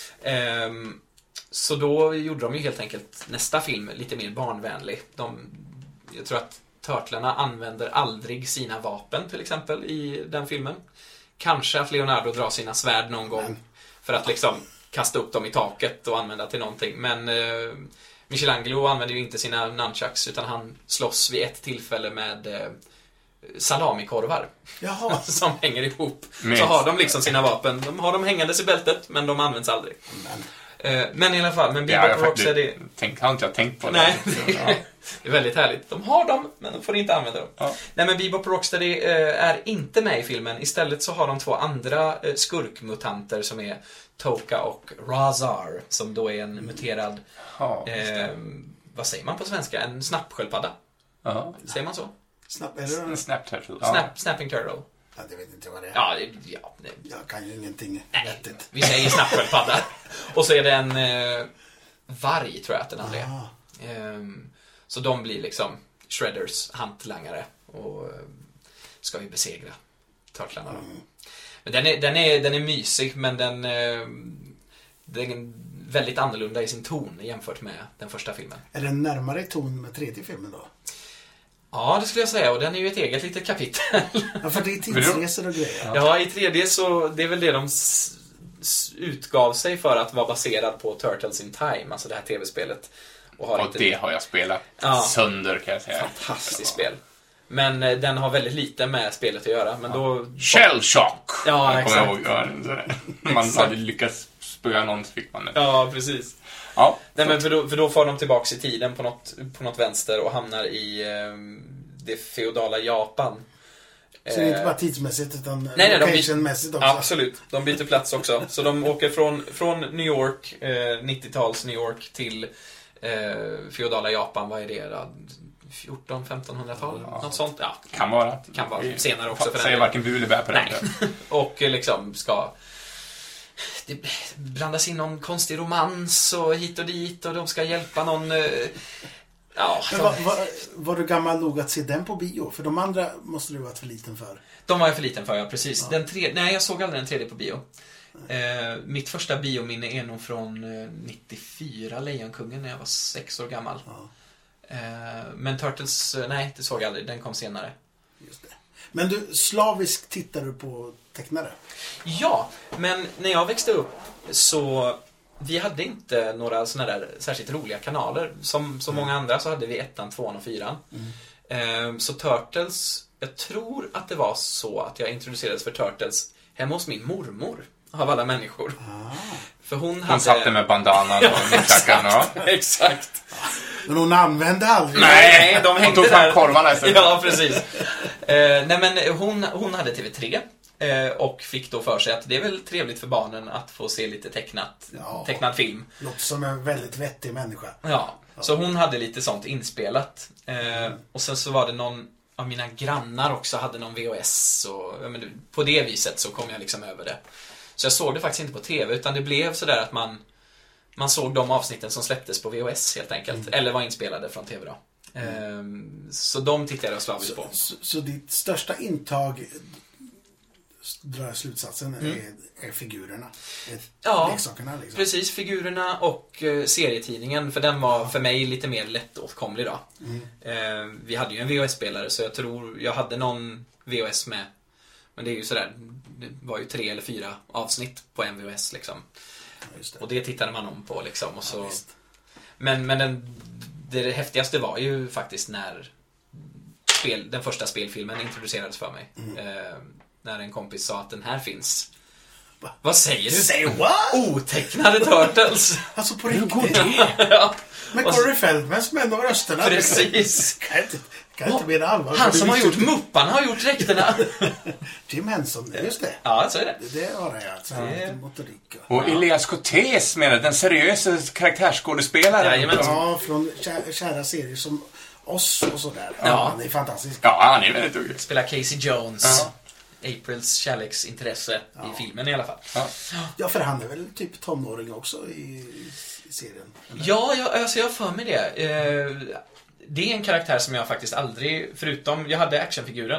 Så då gjorde de ju helt enkelt nästa film lite mer barnvänlig. Jag tror att Turtlarna använder aldrig sina vapen till exempel i den filmen. Kanske att Leonardo drar sina svärd någon gång för att liksom kasta upp dem i taket och använda till någonting. Men Michelangelo använder ju inte sina nunchucks, utan han slåss vid ett tillfälle med salamikorvar. Jaha. Som hänger ihop. Så har de liksom sina vapen. De har dem hängandes i bältet, men de används aldrig. Men i alla fall, men Bebop och Rocksteady... Har inte jag tänkt på det. Nej, det är väldigt härligt. De har dem, men de får inte använda dem. Ja. Nej, men Bebop och Rocksteady är inte med i filmen. Istället så har de 2 andra skurkmutanter som är Toka och Razar, som då är en muterad... vad säger man på svenska? En snappsköldpadda. Säger man så? Snap turtle. Snapping turtle. Ja, det vet inte vad det är. Ja, jag kan ju ingenting vettigt. Vi säger snappsköldpadda. Och så är det en varg, tror jag att den andra är. Så de blir liksom Shredders hantlangare och ska ju besegra Turtlarna då. Men den är mysig, men den är väldigt annorlunda i sin ton jämfört med den första filmen. Är den närmare i ton med tredje filmen då? Ja, det skulle jag säga. Och den är ju ett eget litet kapitel. Ja, för det är tidsresor och grejer. Ja, i tredje så... Det är väl det de utgav sig för att vara baserad på Turtles in Time. Alltså det här tv-spelet. Och det har jag spelat sönder, kan jag säga. Fantastiskt spel. Men den har väldigt lite med spelet att göra. Men då... Shell Shock! Ja, exakt. Man hade lyckats spöa någon, så fick man det. Ja, precis. Ja. Nej, men för då får de tillbaka i tiden på något vänster och hamnar i det feodala Japan. Så det är inte bara tidsmässigt utan locationmässigt också? Absolut, de byter plats också. Så de åker från New York, 90-tals New York, till feodala Japan. Vad är det då? 1400-1500-tal? Något sånt? Ja. Kan vara. Senare också. För säger varken bu eller bär på det. Och liksom ska... Det blandas in någon konstig romans och hit och dit, och de ska hjälpa någon... Var du gammal nog att se den på bio? För de andra måste du varit för liten för. De var jag för liten för, ja, precis. Ja. Nej, jag såg aldrig den tredje på bio. Mitt första biominne är nog från 94, Lejonkungen, när jag var 6 år gammal. Ja. Men Turtles, nej, det såg jag aldrig. Den kom senare. Just det. Men du, slaviskt tittar du på tecknare? Ja, men när jag växte upp så... Vi hade inte några såna där särskilt roliga kanaler. Som många andra så hade vi 1:an, 2:an och 4:an. Så Turtles, jag tror att det var så att jag introducerades för Turtles hemma hos min mormor. Av alla människor. För hon satte med bandanan och nycklackan. Exakt. Men hon använde aldrig. Nej, de hängde tog fram där. korvarna istället. Ja, precis. Nej, men hon hade TV3 och fick då för sig att det är väl trevligt för barnen att få se lite tecknad film. Låter som en väldigt vettig människa. Ja, så hon hade lite sånt inspelat. Och sen så var det någon av mina grannar också hade någon VHS och på det viset så kom jag liksom över det. Så jag såg det faktiskt inte på TV utan det blev sådär att man såg de avsnitten som släpptes på VHS helt enkelt. Eller var inspelade från TV då. Så de tittade jag slaviskt på. Så ditt största intag, drar slutsatsen, är figurerna? Ja, leksakerna liksom. Precis, figurerna och serietidningen. För den var för mig lite mer lättåtkomlig då. Vi hade ju en VHS-spelare så jag tror jag hade någon VHS med. Men det är ju sådär, det var ju 3 eller 4 avsnitt på en VHS liksom. Just det. Och det tittade man om på liksom. Och så. Visst. Men det häftigaste var ju faktiskt när den första spelfilmen introducerades för mig. När en kompis sa att den här finns. Vad säger du? Say what? Otecknade Turtles. Alltså på riktigt. Ja. Med Corey Feldman som en av rösterna. Precis. Kan inte mena allvar. Han som har gjort Mupparna har gjort dräkterna. Jim Henson, just det. Ja, så är det. Det har jag alltså. Motorik. Och Elias Cortés menar den seriösa karaktärsskådespelaren. Jajamän. Ja, från kära serier som oss och sådär. Ja. Han är fantastisk. Ja, han är väldigt duktig. Spelar Casey Jones. Ja. Aprils kärleksintresse i filmen i alla fall. Ja, för han är väl typ tonåring också i serien. Eller? Ja, jag har för mig det. Det är en karaktär som jag faktiskt aldrig, förutom jag hade actionfiguren.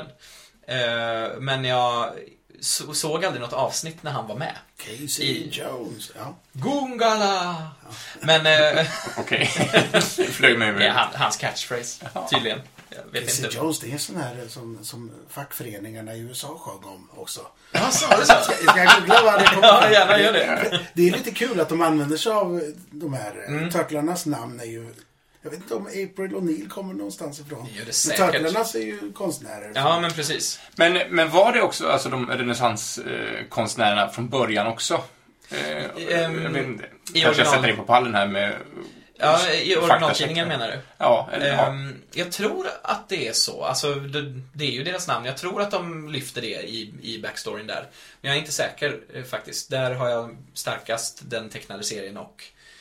Men jag såg aldrig något avsnitt när han var med. Casey Jones, ja. Gungala! Men... Okej. Flög mig det är hans catchphrase, tydligen. Jag vet Casey inte. Jones, det är en sån här som fackföreningarna i USA sjöng om också. Ja, så är det så. Ska jag googla vad det kommer? Ja, gärna gör det. Det är lite kul att de använder sig av de här Turtlarnas namn är ju... Jag vet inte om April O'Neil kommer någonstans ifrån. Det gör det men säkert. Turtlarnas är ju konstnärer. Ja, men precis. Men var det också alltså de renässanskonstnärerna från början också? Jag vet inte. Kanske jag sätter in på pallen här med... Ja, i originaltidningen menar du? Ja, eller, jag tror att det är så. Alltså, det är ju deras namn. Jag tror att de lyfter det i backstoryn där. Men jag är inte säker faktiskt. Där har jag starkast den tecknade serien och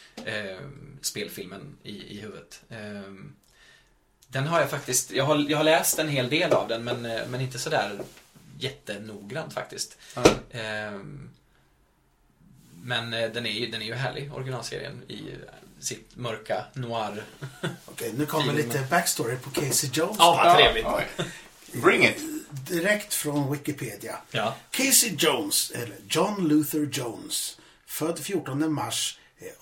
spelfilmen i huvudet. Den har jag faktiskt... Jag har läst en hel del av den, men inte så där jättenoggrant faktiskt. Men den är ju härlig, originalserien, i sitt mörka noir. Okej, nu kommer lite backstory på Casey Jones. Ja, trevligt. Bring it. Direkt från Wikipedia. Ja. Casey Jones, eller John Luther Jones, född 14 mars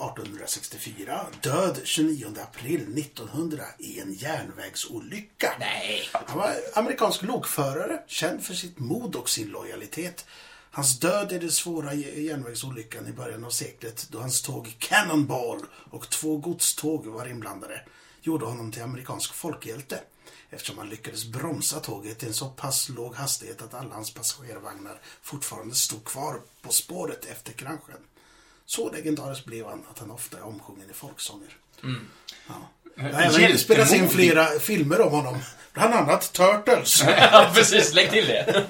1864, död 29 april 1900 i en järnvägsolycka. Nej. Han var amerikansk lokförare, känd för sitt mod och sin lojalitet. Hans död är den svåra järnvägsolyckan i början av seklet då hans tåg Cannonball och 2 godståg var inblandade gjorde honom till amerikansk folkhjälte eftersom han lyckades bromsa tåget till en så pass låg hastighet att alla hans passagerarvagnar fortfarande stod kvar på spåret efter kraschen. Så legendarisk blev han att han ofta är omsjungen i folksånger. Ja. Det spelas in flera filmer om honom, bland annat Turtles. Ja, precis. Lägg till det.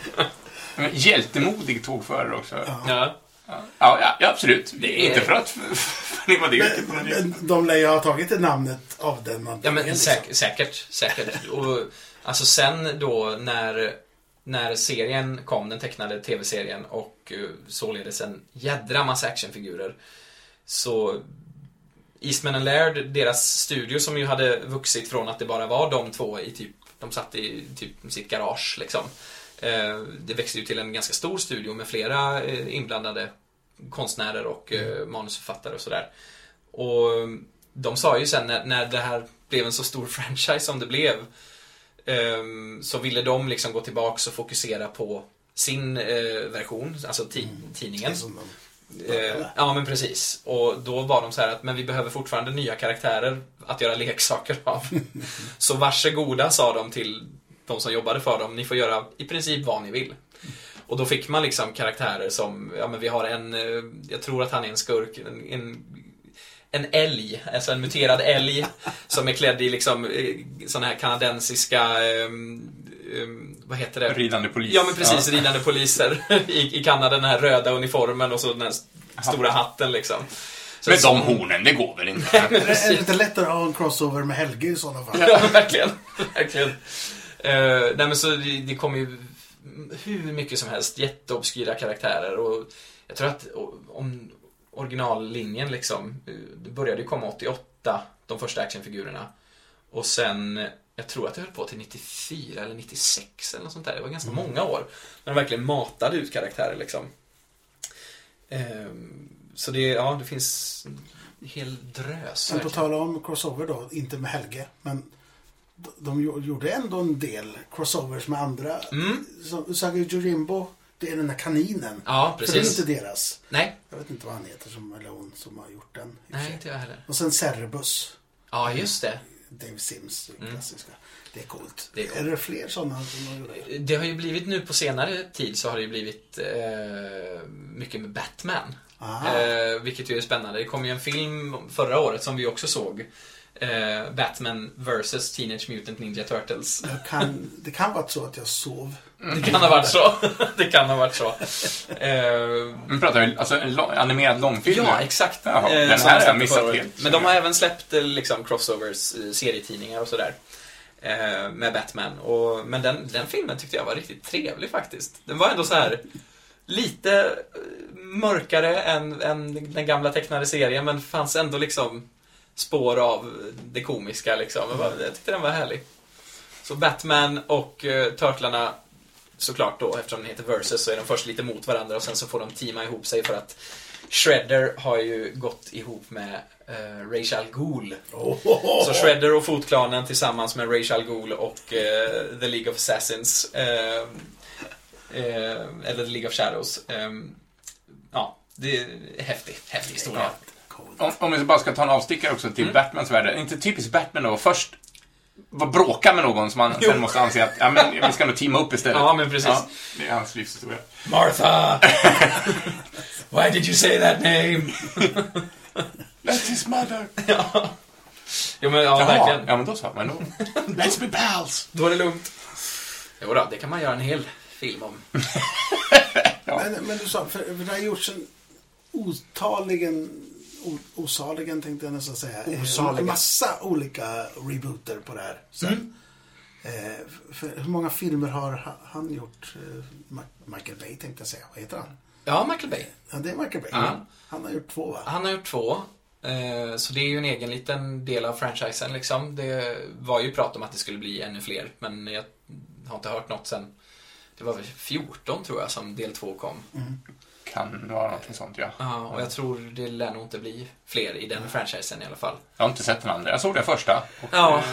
Hjältemodig tågförare också. Ja, Absolut. Det är inte för att ni var det. Men de lär ju ha tagit det namnet av den. Ja, men säkert. Och alltså sen då när serien kom, den tecknade tv-serien och således en jädra massa actionfigurer, så Eastman and Laird, deras studio som ju hade vuxit från att det bara var de två i typ, de satt i typ sitt garage liksom. Det växte ju till en ganska stor studio med flera inblandade konstnärer och manusförfattare och sådär. Och de sa ju sen när det här blev en så stor franchise som det blev, så ville de liksom gå tillbaka och fokusera på sin version, alltså tidningen. Ja, men precis. Och då var de så här att men vi behöver fortfarande nya karaktärer att göra leksaker av. Så varsågoda, sa de till de som jobbade för dem, ni får göra i princip vad ni vill. Och då fick man liksom karaktärer som, ja men vi har en, jag tror att han är en skurk, en älg, alltså en muterad älg som är klädd i liksom såna här kanadensiska vad heter det? Ridande polis. Ja, men precis, ridande poliser i Kanada, den här röda uniformen och så den här stora hatten liksom. Så med de hornen, det går väl inte. Är det inte lättare att ha en crossover med Helge i sådana fall? Ja, verkligen. Nej, men så det kommer ju hur mycket som helst, jätteobskyra karaktärer, och jag tror att om originallinjen liksom, det började ju komma 88, de första actionfigurerna, och sen jag tror att det höll på till 94 eller 96 eller något sånt där. Det var ganska många år när de verkligen matade ut karaktärer liksom. Så det finns en hel drös. Men på tala om crossover då, inte med Helge, men de gjorde ändå en del crossovers med andra. Usagi Yojimbo, det är den där kaninen. Ja, precis. För det är inte deras. Nej. Jag vet inte vad han heter eller hon som har gjort den. Nej, inte jag heller. Och sen Cerebus. Ja, just det. Dave Sims, klassiska. Det är coolt. Det är coolt. Är det fler sådana som har gjort det? Det har ju blivit nu på senare tid, så har det ju blivit mycket med Batman. Vilket ju är spännande. Det kom ju en film förra året som vi också såg. Batman vs Teenage Mutant Ninja Turtles. Det kan vara så att jag sov. Det kan ha varit så. Det kan ha varit så. Men pratar vi alltså en animerad långfilm? Ja, exakt. Jaha, den här har jag missat helt. Men de har även släppt liksom crossovers, serietidningar och sådär. Med Batman. Men den filmen tyckte jag var riktigt trevlig faktiskt. Den var ändå så här lite mörkare än den gamla tecknade serien, men fanns ändå liksom spår av det komiska liksom. Jag tyckte den var härlig. Så Batman och Turtlarna, såklart då, eftersom den heter Versus, så är de först lite mot varandra och sen så får de teama ihop sig för att Shredder har ju gått ihop med Ra's al Ghul. Så Shredder och Foot-klanen tillsammans med Ra's al Ghul och The League of Assassins eller The League of Shadows. Ja, det är häftig historia. Om vi bara ska ta en avstickare också till Batmans värld. Inte typiskt Batman då. Först bråka med någon som man sen måste anse att men vi ska nog teama upp istället. Ja, men precis. Ja, det är hans livshistoria. Martha! Why did you say that name? That's his mother. Ja. Jo, men verkligen. Ja, men då så. Men då. Let's be pals. Då är det lugnt. Jo då, det kan man göra en hel film om. Men du sa, för det har gjorts en osaligen tänkte jag nästan säga. En massa olika rebooter på det här. För hur många filmer har han gjort? Michael Bay tänkte jag säga. Vad heter han? Ja, Michael Bay. Ja, det är Michael Bay. Han har gjort 2, va? Han har gjort 2. Så det är ju en egen liten del av franchisen liksom. Det var ju prat om att det skulle bli ännu fler, men jag har inte hört något sen. Det var väl 14 tror jag som del 2 kom. Kan vara något sånt, ja. Ja, och jag tror det lär nog inte bli fler i den franchisen i alla fall. Jag har inte sett den andra. Jag såg den första. Och,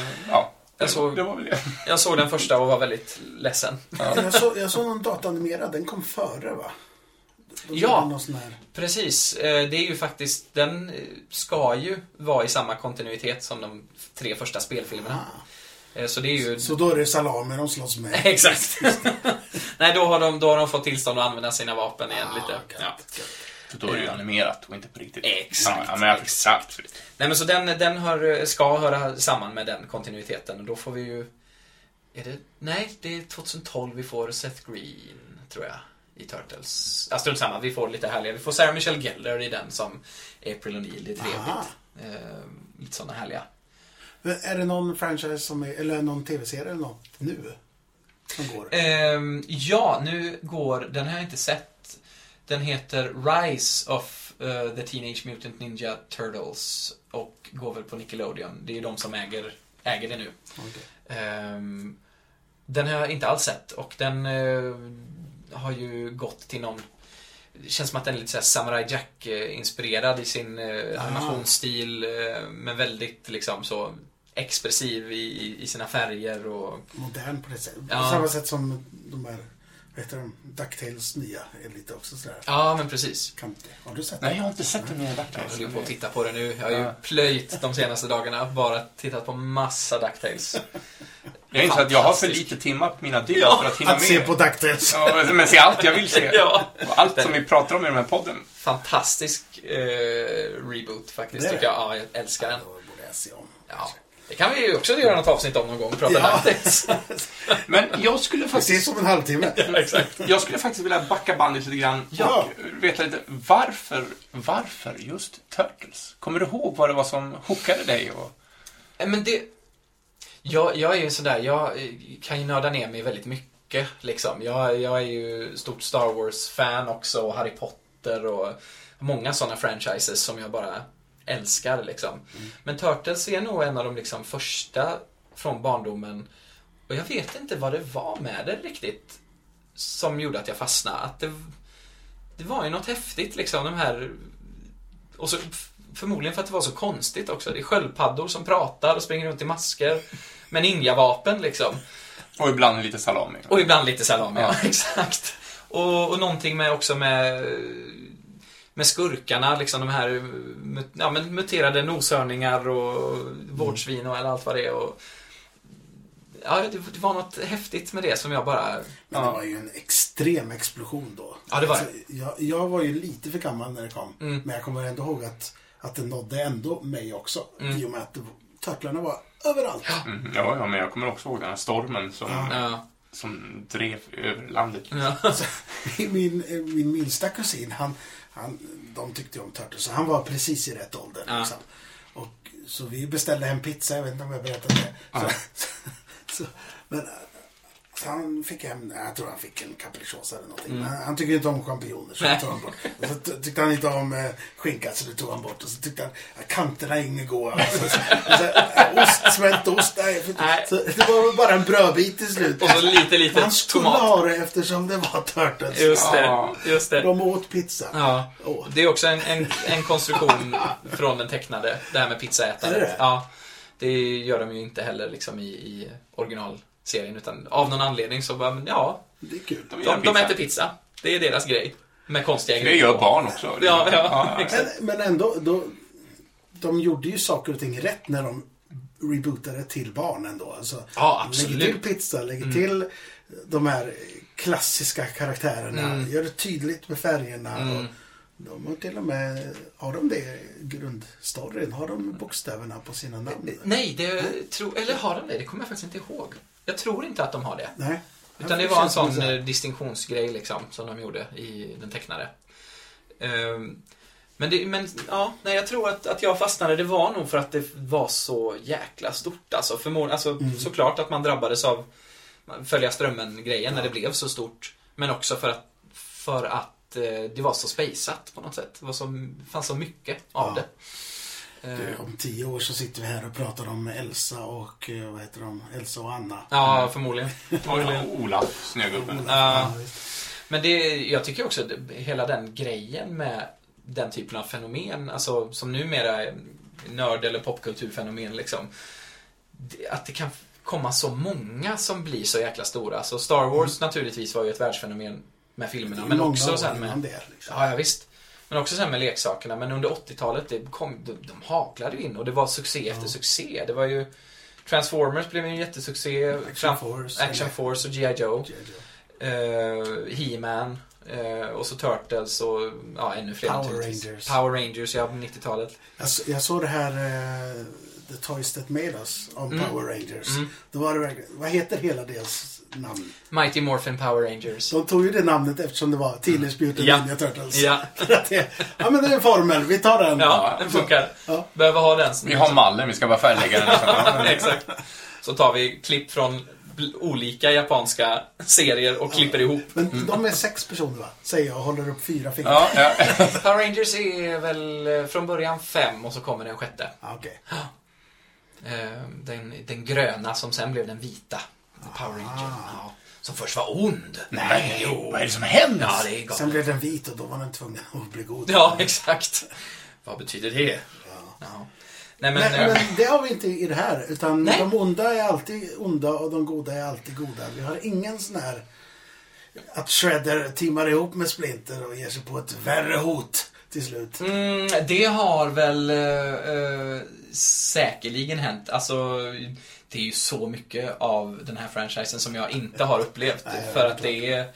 jag såg den första och var väldigt ledsen. Ja. Jag såg någon dataanimerad, den kom före, va? Ja, precis. Det är ju faktiskt, den ska ju vara i samma kontinuitet som de 3 första spelfilmerna. Så det är ju... Så då är det Salami de slåss med. Exakt. Nej, då har de fått tillstånd att använda sina vapen igen lite. Ja. Så då är det ju animerat och inte på riktigt. Exakt. Ja, men exakt. Nej, men så den ska höra samman med den kontinuiteten, och då får vi ju... det är 2012 vi får Seth Green, tror jag, i Turtles. Alltså strunt samma, vi får lite härliga. Vi får Sarah Michelle Gellar i den som April O'Neil, det är trevligt. Lite sådana härliga. Är det någon franchise som är, eller någon tv-serie eller något nu som går? Ja, nu går, den har jag inte sett. Den heter Rise of the Teenage Mutant Ninja Turtles och går väl på Nickelodeon. Det är de som äger det nu. Okay. Den har jag inte alls sett, och den har ju gått till någon... Det känns som att den är lite så här Samurai Jack-inspirerad i sin animationsstil, men väldigt liksom så expressiv i sina färger och... Modern på det sättet. På samma sätt som de här vet du, DuckTales nya är lite också sådär. Ja, men precis. Har du sett det? Nej, jag har inte sett den nya Jag DuckTales. håller ju på att titta på det nu. Jag har ju plöjt de senaste dagarna. Bara tittat på massa DuckTales. Jag inser att jag har för lite timmar på mina dygn för att hinna Att se med. på DuckTales. Ja, men se allt jag vill se. Ja. Och allt som vi pratar om i den här podden. Fantastisk reboot faktiskt, Det är tycker jag. Ja, jag älskar den. Då borde jag se om. Ja. Det kan vi ju också göra något avsnitt om någon gång. Prata DuckTales. Men jag skulle Det faktiskt... ses om en halvtimme. Ja, exakt. Jag skulle faktiskt vilja backa bandet lite grann Ja. och veta lite varför just Turtles? Kommer du ihåg vad det var som hookade dig? Men det... Jag är ju sådär, jag kan ju nörda ner mig väldigt mycket liksom. Jag är ju stort Star Wars-fan också, och Harry Potter och många sådana franchises som jag bara älskar liksom. Men Turtles är nog en av de liksom första från barndomen, och jag vet inte vad det var med det riktigt som gjorde att jag fastnade. Att det var ju något häftigt liksom, de här, och så förmodligen för att det var så konstigt också. Det är sköldpaddor som pratar och springer runt i masker med ninjavapen liksom. Och ibland lite salami. Och ibland lite salami, ja. Exakt. Och någonting med också med skurkarna, liksom de här muterade noshörningar och vårdsvin och allt vad det är. Och, ja, det var något häftigt med det som jag bara... Men det var ju en extrem explosion då. Ja, det var jag var ju lite för gammal när det kom. Men jag kommer ändå ihåg att det nådde ändå mig också. I och med att turtlarna var överallt. Ja, men jag kommer också ihåg den här stormen som drev över landet. Ja. Min minsta kusin, de tyckte om Turtles, så han var precis i rätt ålder. Ja. Liksom. Och så vi beställde hem pizza, jag vet inte om jag berättade det. Men så han fick hem, jag tror han fick en capricciosa eller någonting. Men han tycker inte om champinjoner, så det tog han bort. Och så tyckte han inte om skinka, så det tog han bort. Och så tyckte han att kanterna är inget goda. Smält ost, nej. Så det var bara en brödbit till slut. Och så lite han skulle tomat. ha det eftersom det var Turtles. Just det. De åt pizza. Ja. Det är också en konstruktion från den tecknade, det här med pizzaätare. Är det? Ja. Det gör de ju inte heller liksom i originalserien, utan av någon anledning så bara, ja, Det är kul. de äter pizza. Det är deras grej. Med konstiga grejer. Det gör barn också. Ja, exakt. Men ändå, de gjorde ju saker och ting rätt när de rebootade till barn ändå. Alltså, Ja, absolut. lägger till pizza, lägger till de här klassiska karaktärerna. Gör det tydligt med färgerna. Och de har till och med, har de det grundstoryn? Har de bokstäverna på sina namn? Nej, eller har de det? Det kommer jag faktiskt inte ihåg. Jag tror inte att de har det. Nej. Utan det var en sån distinktionsgrej liksom, som de gjorde i den tecknade. Men jag tror att jag fastnade. Det var nog för att det var så jäkla stort. Alltså, såklart att man drabbades av följa strömmen-grejen när det blev så stort. Men också för att det var så spejsat på något sätt. Det fanns så mycket av det. Om 10 år så sitter vi här och pratar om Elsa och vad heter de? Elsa och Anna. Ja, förmodligen. Och Olaf, snögubben. Men jag tycker också att hela den grejen med den typen av fenomen, alltså som numera är nörd- eller popkulturfenomen liksom, att det kan komma så många som blir så jäkla stora. Så Star Wars naturligtvis var ju ett världsfenomen med filmerna, men också sen med det, liksom. Ja, visst. Men också sen med leksakerna. Men under 80-talet de haklade ju in. Och det var succé efter succé. Det var ju Transformers blev ju en jättesuccé. Action Force och G.I. Joe. He-Man. Och så Turtles och ännu fler. Power Rangers, ja, på 90-talet. Jag såg det här The Toys That Made Us om Power Rangers. Då var det verkligen, vad heter hela deras namn? Mighty Morphin Power Rangers. De tog ju det namnet eftersom det var Teenage Mutant Ninja Turtles. Ja. Ja, men det är en formel, vi tar den. Ja, den funkar. Behöver ha den. Vi har mallen, vi ska bara färglägga den. Exakt. Så tar vi klipp från olika japanska serier och klipper ihop. Men de är 6 personer, va? Säger jag och håller upp 4 fingrar. Ja. Power Rangers är väl från början 5 och så kommer den 6:e. Okej. Den gröna som sen blev den vita. Power Ranger. Ja. Som först var ond. Nej, vad är det som händer? Ja, det är gott. Sen blev den vit och då var den tvungen att bli god. Ja, exakt. Vad betyder det? Ja. Nej, men det har vi inte i det här. Utan de onda är alltid onda och de goda är alltid goda. Vi har ingen sån här att Shredder teamar ihop med Splinter och ger sig på ett värre hot till slut. Det har väl säkerligen hänt. Alltså, det är ju så mycket av den här franchisen som jag inte har upplevt. Nej, för att det är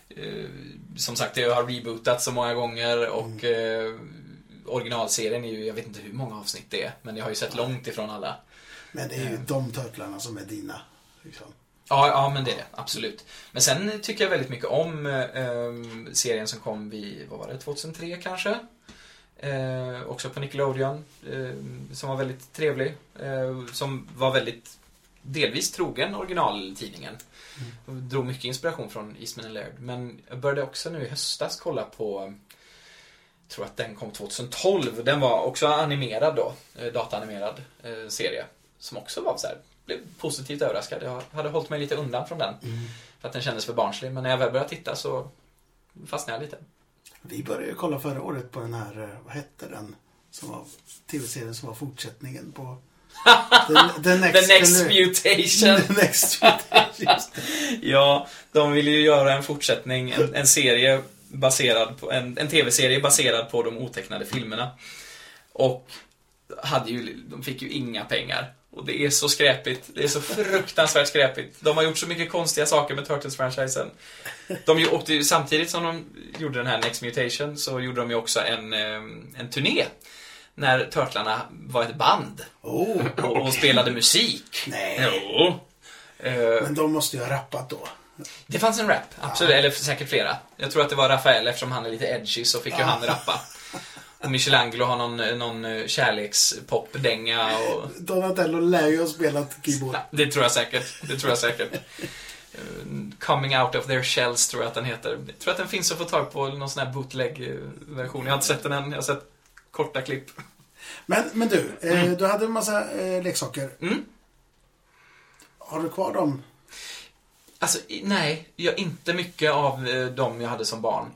som sagt, det har rebootat så många gånger och originalserien är ju, jag vet inte hur många avsnitt det är, men jag har ju sett långt ifrån alla. Men det är ju de turtlarna som är dina liksom. Ja, men det är det, absolut. Men sen tycker jag väldigt mycket om serien som kom vid, vad var det, 2003 kanske? Också på Nickelodeon, som var väldigt trevlig. Som var väldigt, delvis trogen originaltidningen. Drog mycket inspiration från Eastman and Laird. Men jag började också nu i höstas kolla på, jag tror att den kom 2012. Den var också animerad då, dataanimerad serie. Som också var så här, blev positivt överraskad. Jag hade hållit mig lite undan från den. För att den kändes för barnslig. Men när jag väl började titta så fastnade jag lite. Vi började kolla förra året på den här, vad hette den? Som var tv-serien som var fortsättningen på The Next Mutation. The Next Mutation. Ja, de ville ju göra en fortsättning, en serie baserad på en tv-serie baserad på de otecknade filmerna. Och de fick ju inga pengar. Och det är så skräpigt. Det är så fruktansvärt skräpigt. De har gjort så mycket konstiga saker med Turtles-franchisen. De åkte ju, samtidigt som de gjorde den här Next Mutation, så gjorde de ju också en turné. När Turtlarna var ett band. Och spelade musik. Nej. Jo. Men de måste ju ha rappat då. Det fanns en rap, absolut. Eller säkert flera. Jag tror att det var Rafael, eftersom han är lite edgy, så fick ju han rappa. Och Michelangelo har någon kärlekspopdänga och Donatello lär ju ha spelat keyboard. det tror jag säkert. Coming Out of Their Shells tror jag att den heter. Jag tror att den finns att få tag på någon sån här bootleg-version. Jag har inte sett den än, jag har sett korta klipp. Men du, du hade en massa leksaker. Har du kvar dem? Alltså, nej, inte mycket av dem jag hade som barn.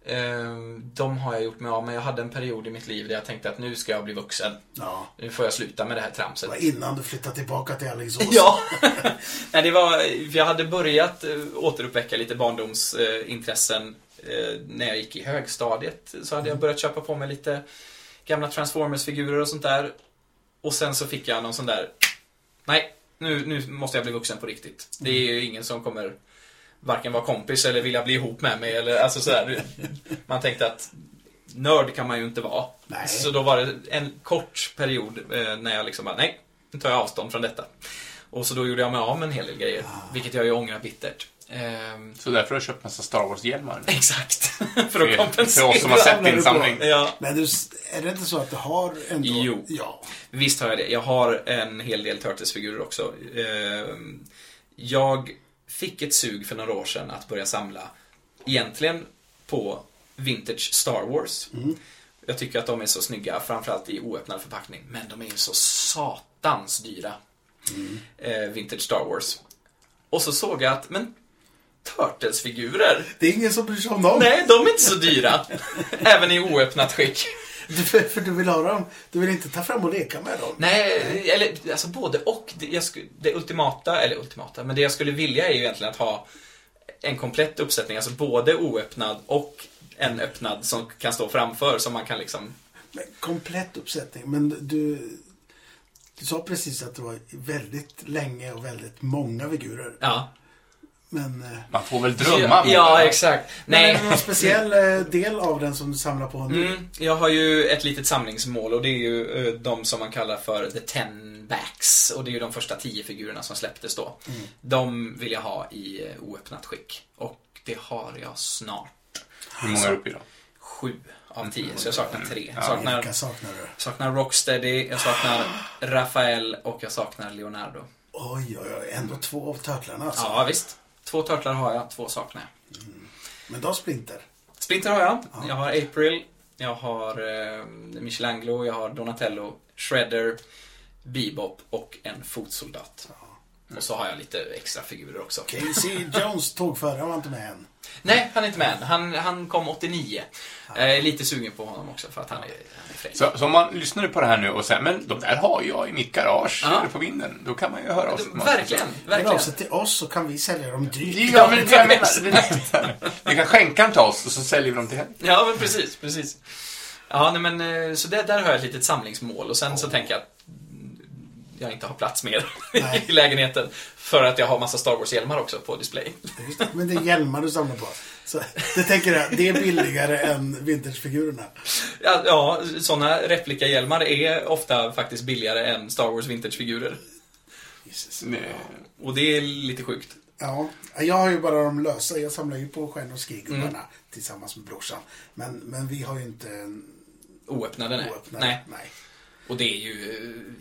De har jag gjort mig av, men jag hade en period i mitt liv där jag tänkte att nu ska jag bli vuxen. Ja. Nu får jag sluta med det här tramset. Det var innan du flyttade tillbaka till Alingsås. Ja, nej, det var, jag hade börjat återuppväcka lite barndomsintressen när jag gick i högstadiet. Så hade jag börjat köpa på mig lite gamla Transformers-figurer och sånt där. Och sen så fick jag någon sån där, nej, nu måste jag bli vuxen på riktigt. Det är ju ingen som kommer varken vara kompis eller vilja bli ihop med mig eller, alltså sådär. Man tänkte att nörd kan man ju inte vara. Nej. Så då var det en kort period när jag liksom bara, nej, nu tar jag avstånd från detta. Och så då gjorde jag mig av med en hel del grejer, vilket jag ju ångrar bittert. Så därför har du köpt massa Star Wars-hjälmar? Exakt. För att kompensera. För oss som har sett din samling. Ja. Men är det inte så att du har ändå... Jo. Ja. Visst har jag det. Jag har en hel del Turtles-figurer också. Jag fick ett sug för några år sedan att börja samla egentligen på vintage Star Wars. Jag tycker att de är så snygga, framförallt i oöppnad förpackning. Men de är ju så satans dyra. Vintage Star Wars. Och så såg jag att, men Turtles-figurer, Det är ingen som bryr sig om dem. nej, de är inte så dyra. Även i oöppnat skick. För du vill ha dem. Du vill inte ta fram och leka med dem. Nej, eller alltså både och. Det ultimata, men det jag skulle vilja är ju egentligen att ha en komplett uppsättning, alltså både oöppnad och en öppnad som kan stå framför, som man kan liksom... Men komplett uppsättning. Men du sa precis att det var väldigt länge och väldigt många figurer. Ja. Men... Man får väl drömma. Ja, exakt. Nej. Men någon speciell del av den som du samlar på nu? Jag har ju ett litet samlingsmål, och det är ju de som man kallar för The 10 Backs. Och det är ju de första 10 figurerna som släpptes då. De vill jag ha i oöppnat skick. Och det har jag snart. Hur många är uppe i då? 7 av 10, så jag saknar 3. Vilka saknar du? Saknar Rocksteady, jag saknar Rafael och jag saknar Leonardo. Oj, ändå 2 av turtlarna alltså. Ja, visst. 2 turtlar har jag, 2 saknar jag. Men då Splinter? Splinter har jag. Jag har April, jag har Michelangelo, jag har Donatello, Shredder, Bebop och en fotsoldat. Och så har jag lite extra figurer också. Casey Jones tågförare var inte med än. Nej, han är inte med än. Han kom 89. Jag är lite sugen på honom också för att han är fräck. Så om man lyssnar på det här nu och säger, men de där har jag i mitt garage eller på vinden, då kan man ju höra oss. Verkligen. Hör av sig till oss så kan vi sälja dem dyrt. Ja, men jag menar, vi kan skänka dem till oss och så säljer vi dem till henne. Ja, men precis. Ja, nej, men så där har jag ett litet samlingsmål. Och sen så tänker jag att jag inte har plats mer i lägenheten. För att jag har massa Star Wars-hjälmar också på display. Just det, men det är hjälmar du samlar på. Så det tänker jag, det är billigare än vintagefigurerna. Ja, sådana replika-hjälmar är ofta faktiskt billigare än Star Wars vintagefigurer. Och det är lite sjukt. Ja, jag har ju bara de lösa. Jag samlar ju på Stjärn och Skrigubbarna tillsammans med brorsan. Men vi har ju inte oöppnade. Nej. Och det är ju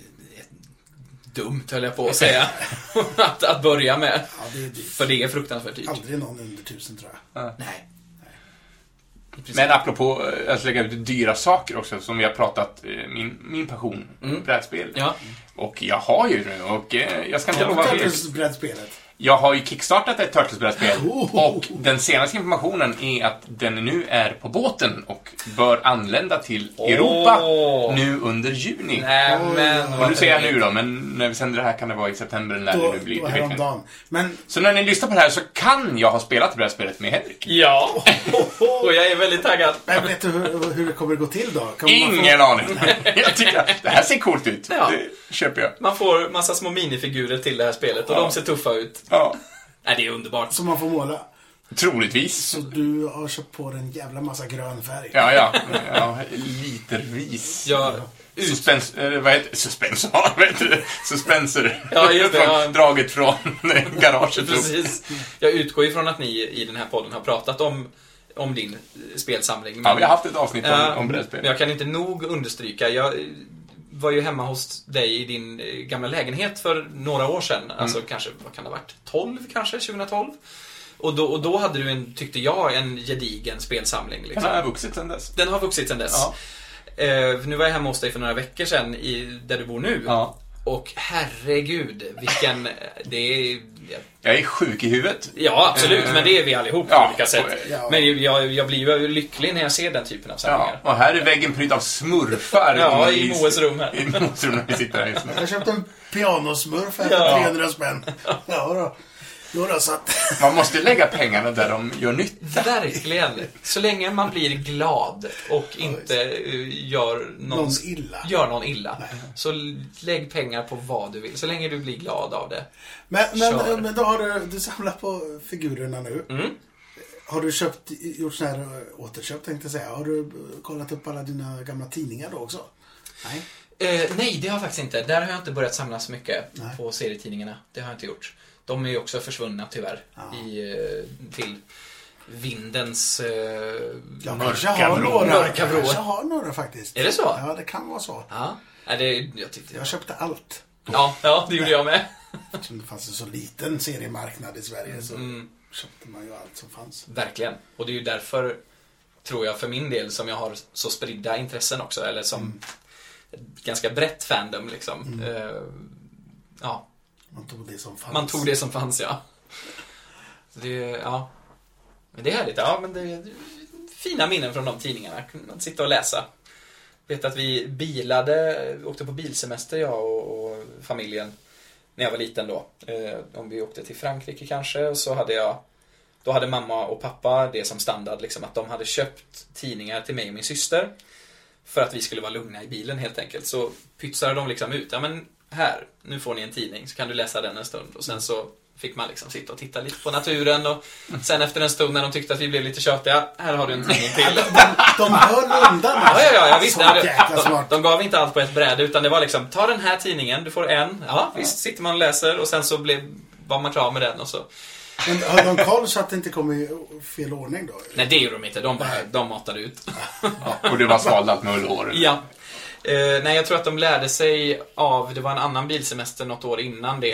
dumt, höll jag på att säga. att börja med. Ja, det är dyrt. För det är fruktansvärt dyrt. Aldrig någon under 1000 tror jag. Nej. Men apropå att lägga ut dyra saker också, som vi har pratat, min passion, brädspel. Ja. Och jag har ju nu, och jag ska inte lova brädspelet. Jag har ju kickstartat ett Turtles-brädspel och den senaste informationen är att den nu är på båten och bör anlända till Europa nu under juni. Och nu säger jag nu då, men när vi sänder det här kan det vara i september när det nu blir. Men så när ni lyssnar på det här så kan jag ha spelat brädspelet med Henrik. Ja, och jag är väldigt taggad. Men vet du hur det kommer gå till då? Ingen aning. Jag tycker att det här ser coolt ut. Ja. Det köper jag. Man får massa små minifigurer till det här spelet och de ser tuffa ut. Ja. Nej, det är underbart. Som man får måla. Troligtvis. Så du har köpt på en jävla massa grön färg. Ja, litervis. Ja. Suspenser. Ja, just det. Draget från garaget. Precis. Jag utgår ifrån att ni i den här podden har pratat om din spelsamling. Ja, vi har haft ett avsnitt om brädspel. Men jag kan inte nog understryka. Jag var ju hemma hos dig i din gamla lägenhet för några år sedan. Alltså kanske, vad kan det ha varit? 2012? Och då hade du tyckte jag, en gedigen spelsamling. Liksom. Den har vuxit sedan dess. Den har vuxit sedan dess. Ja. Nu var jag hemma hos dig för några veckor sedan där du bor nu. Ja. Och herregud, vilken... Jag är sjuk i huvudet. Ja, absolut, men det är vi allihop på olika sätt. Ja. Men jag blir ju lycklig när jag ser den typen av samlingar. Ja, och här är väggen prydd av smurfar. Ja, i Moes rum här. I Moes rum när vi sitter här just nu. Jag köpte en pianosmurf för 300 spänn. Ja då. Så att... Man måste lägga pengarna där de gör nytta. Verkligen. Så länge man blir glad och inte gör någon illa. Så lägg pengar på vad du vill. Så länge du blir glad av det. Men då har du samlat på figurerna nu. Har du gjort sån här återköp, tänkte jag säga. Har du kollat upp alla dina gamla tidningar då också? Nej. Nej, det har jag faktiskt inte. Där har jag inte börjat samla så mycket på serietidningarna. Det har jag inte gjort. De är ju också försvunna tyvärr till vindens mörka vrår. Jag har några faktiskt. Är det så? Ja, det kan vara så. Ja. Jag köpte allt. Ja, det gjorde jag med. Eftersom det fanns en så liten seriemarknad i Sverige så köpte man ju allt som fanns. Verkligen. Och det är ju därför, tror jag, för min del som jag har så spridda intressen också. Eller som ganska brett fandom liksom. Ja. Man tog det som fanns. Ja. Men det är härligt. Ja, men det är fina minnen från de tidningarna. Att sitta och läsa. Vet att vi åkte på bilsemester, jag och familjen, när jag var liten då. Om vi åkte till Frankrike kanske, och så hade mamma och pappa det som standard liksom, att de hade köpt tidningar till mig och min syster för att vi skulle vara lugna i bilen helt enkelt. Så pytsade de liksom ut. Ja, men här, nu får ni en tidning, så kan du läsa den en stund. Och sen så fick man liksom sitta och titta lite på naturen. Och sen efter en stund när de tyckte att vi blev lite tjötiga, här har du en tidning till. De höll undan. Ja, visst. De gav inte allt på ett bräde, utan det var liksom, ta den här tidningen, du får en. Ja, visst, sitter man och läser. Och sen så var man klar med den och så. Men har de koll så att det inte kommer i fel ordning då? Nej, det gjorde de inte. De matade ut. Och det var svaldat med ullhår. Ja. Nej, jag tror att de lärde sig av, det var en annan bilsemester något år innan det,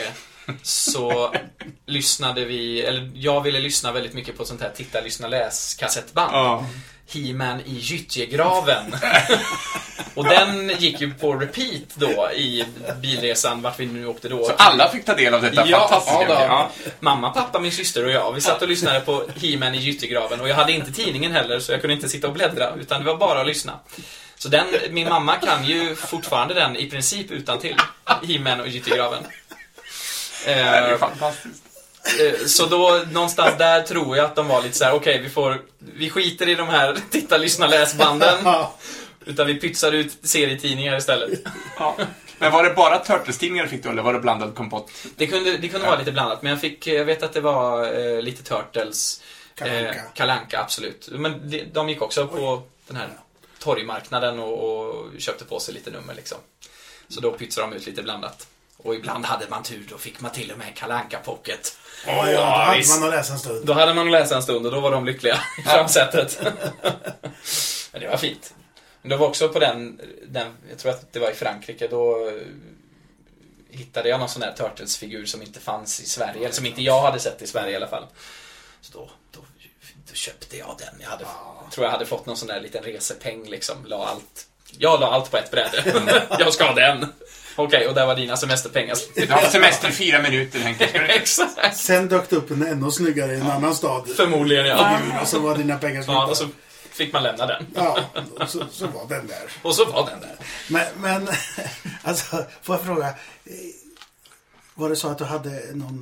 så lyssnade vi, eller jag ville lyssna väldigt mycket på sånt här titta, lyssna, läs kassettband. He-Man i Gyttjegraven. Och den gick ju på repeat då i bilresan vart vi nu åkte då. Så alla fick ta del av detta fantastiska. Ja. Mamma, pappa, min syster och jag, vi satt och lyssnade på He-Man i Gyttjegraven. Och jag hade inte tidningen heller, så jag kunde inte sitta och bläddra, utan det var bara att lyssna. Så min mamma kan ju fortfarande den i princip utan till He-Man och Gyttjegraven. Det är fantastiskt. Så då någonstans där tror jag att de var lite så här: okej, vi skiter i de här titta, lyssna, läsbanden. Utan vi pytsar ut serietidningar istället. Ja. Men var det bara Turtles-tidningar fick du, eller var det blandad kompott? Det kunde vara lite blandat, men jag vet att det var lite Turtles, Kalle Anka, absolut. Men de gick också på den här torgmarknaden och köpte på sig lite nummer liksom. Så då pytsade de ut lite blandat. Och ibland hade man tur, då fick man till och med Kalle Anka Pocket. Då hade man att läsa en stund. Då hade man att läsa en stund och då var de lyckliga i framsättet. Men det var fint. Men det var också på den, jag tror att det var i Frankrike, då hittade jag någon sån där Turtles-figur som inte fanns i Sverige, eller som inte jag hade sett i Sverige i alla fall. Så då köpte jag den. Tror jag hade fått någon sån där liten resepeng liksom. Jag la allt på ett bräde. Jag ska ha den. Okej, och där var dina semesterpengar. Du har semester 4 minuter, Henke. Exakt. Sen dök det upp en ännu snyggare i en annan stad. Förmodligen, ja. Och så var dina pengar slut. Ja, och så fick man lämna den. Ja, och så var den där. Och så var den där. Men alltså, får jag fråga, var det så att du hade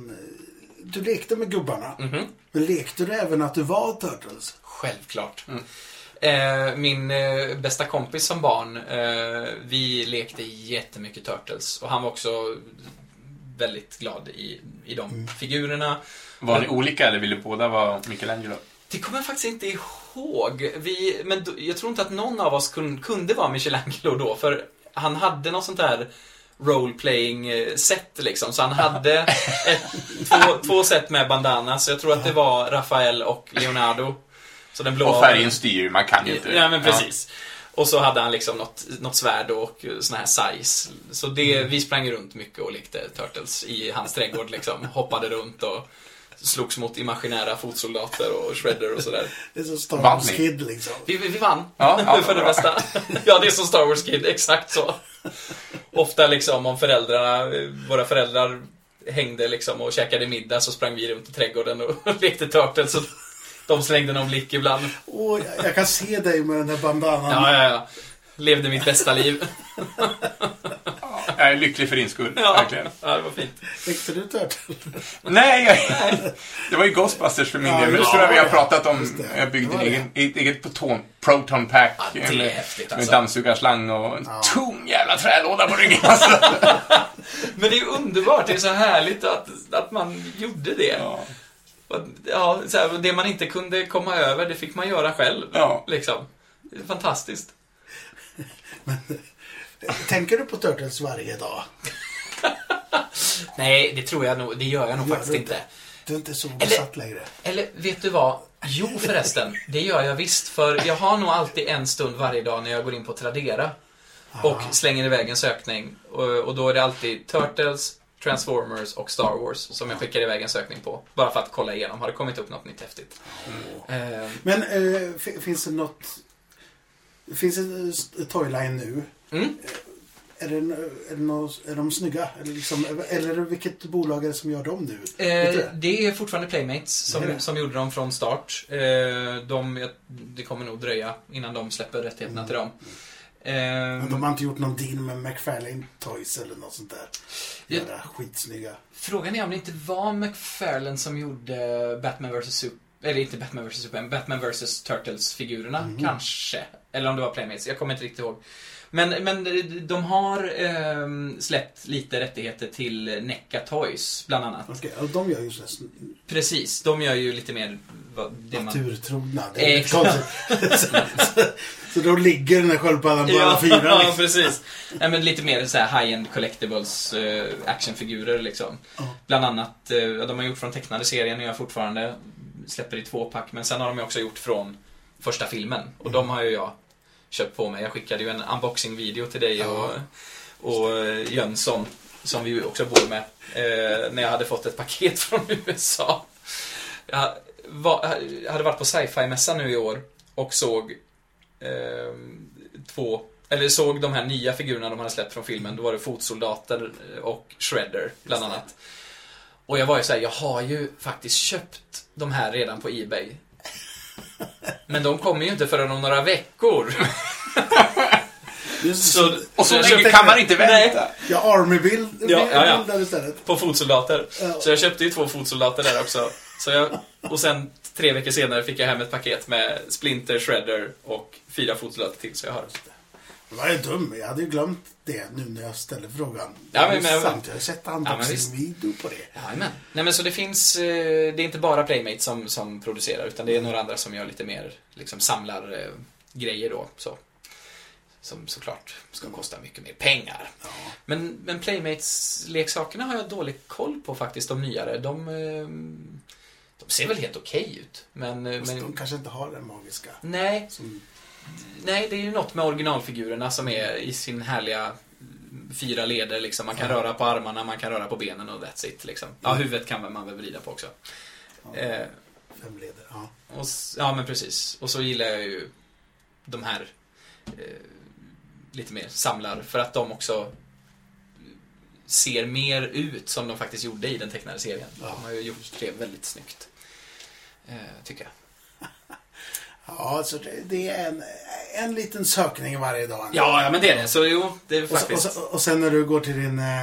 du lekte med gubbarna, men lekte du även att du var Turtles? Självklart. Min bästa kompis som barn, vi lekte jättemycket Turtles, och han var också väldigt glad i de figurerna. Var det olika, eller ville båda vara Michelangelo? Det kommer jag faktiskt inte ihåg. Men jag tror inte att någon av oss kunde vara Michelangelo då, för han hade något sånt där role-playing-set liksom. Så han hade två set med bandana. Så jag tror att det var Raphael och Leonardo. Så den blå, och färgen styr, man kan ju inte. Ja, men precis. Och så hade han liksom något svärd och såna här size. Så vi sprang runt mycket och lekte Turtles i hans trädgård liksom. Hoppade runt och slogs mot imaginära fotsoldater och shredder och sådär. Det är som Star Wars Kid liksom. Vi vann för det bästa. Ja, det är som Star Wars Kid, exakt så. Ofta liksom om våra föräldrar hängde liksom och käkade middag, så sprang vi runt i trädgården och lekte Turtles, så de slängde någon blick ibland. Jag kan se dig med den där bandanan. Ja. Levde mitt bästa liv. Jag är lycklig för din skull, verkligen. Ja, det var fint. Lekte du Turtles? Nej, det var ju Ghostbusters för min del. Men det tror jag vi har pratat om. Jag byggde en eget proton pack. Ja, det är häftigt alltså. Med dammsugarslang och en tung jävla trälåda på ryggen. Alltså. Men det är ju underbart. Det är så härligt att man gjorde det. Ja, så här, det man inte kunde komma över, det fick man göra själv. Liksom. Det är fantastiskt. Men, tänker du på Turtles varje dag? Nej, det tror jag nog. Det gör jag nog faktiskt inte. Du är inte så besatt längre. Eller vet du vad? Jo, förresten. Det gör jag visst. För jag har nog alltid en stund varje dag när jag går in på Tradera och slänger iväg en sökning. Och då är det alltid Turtles, Transformers och Star Wars som jag skickar iväg en sökning på. Bara för att kolla igenom. Har det kommit upp något nytt häftigt? Men finns det något... Finns det Toyline nu? Är de snygga? Eller vilket bolag är det som gör dem nu? Det är fortfarande Playmates som gjorde dem från start. Det kommer nog dröja innan de släpper rättigheterna till dem. Men de har inte gjort någon deal med McFarlane Toys eller något sånt där. Skitsnygga. Frågan är om det inte var McFarlane som gjorde Batman vs. Super. Eller inte Batman vs. Superman, Batman vs. Turtles-figurerna, kanske. Eller om det var Playmates, jag kommer inte riktigt ihåg. Men de har släppt lite rättigheter till NECA Toys, bland annat. Okej, och de gör ju så. Precis, de gör ju lite mer naturtrogna. Så då ligger den här sköldpaddan på alla fyra. Ja, precis. Men lite mer så här high-end collectibles actionfigurer liksom. Bland annat, de har gjort från tecknade serien, jag fortfarande släpper i 2-pack, men sen har de ju också gjort från första filmen, och de har ju jag köpt på mig. Jag skickade ju en unboxing-video till dig och Jönsson som vi också bor med, när jag hade fått ett paket från USA. Jag hade varit på sci-fi-mässan nu i år och såg såg de här nya figurerna de hade släppt från filmen. Då var det fotsoldater och Shredder bland annat. Och jag var ju så här, jag har ju faktiskt köpt de här redan på eBay. Men de kommer ju inte förrän om några veckor. Och så länge kan man inte vänta. Nej. Ja, Army-bild där istället. På fotsoldater. Ja. Så jag köpte ju 2 fotsoldater där också. Och sen 3 veckor senare fick jag hem ett paket med Splinter, Shredder och 4 fotsoldater till. Så jag har det var ju dum. Jag hade ju glömt det nu när jag ställde frågan. Ja, men jag har sett unboxing-video på det. Ja, men. Nej, men så det finns... det är inte bara Playmate som producerar, utan det är några andra som gör lite mer liksom samlar grejer då. Som såklart ska kosta mycket mer pengar. Ja. Men Playmates-leksakerna har jag dålig koll på faktiskt, de nyare. De ser väl helt okej ut. Men de kanske inte har den magiska. Nej. Nej, det är ju något med originalfigurerna som är i sin härliga 4 leder liksom. Man kan röra på armarna, man kan röra på benen och that's it liksom. Ja, huvudet kan man väl vrida på också. Ja, 5 leder, ja. Ja, men precis. Och så gillar jag ju de här lite mer samlar, för att de också ser mer ut som de faktiskt gjorde i den tecknade serien. Ja. De har ju gjort det väldigt snyggt, tycker jag. Ja, så det är en liten sökning varje dag. Ja, men det är det. Så jo, det är faktiskt. Och sen när du går till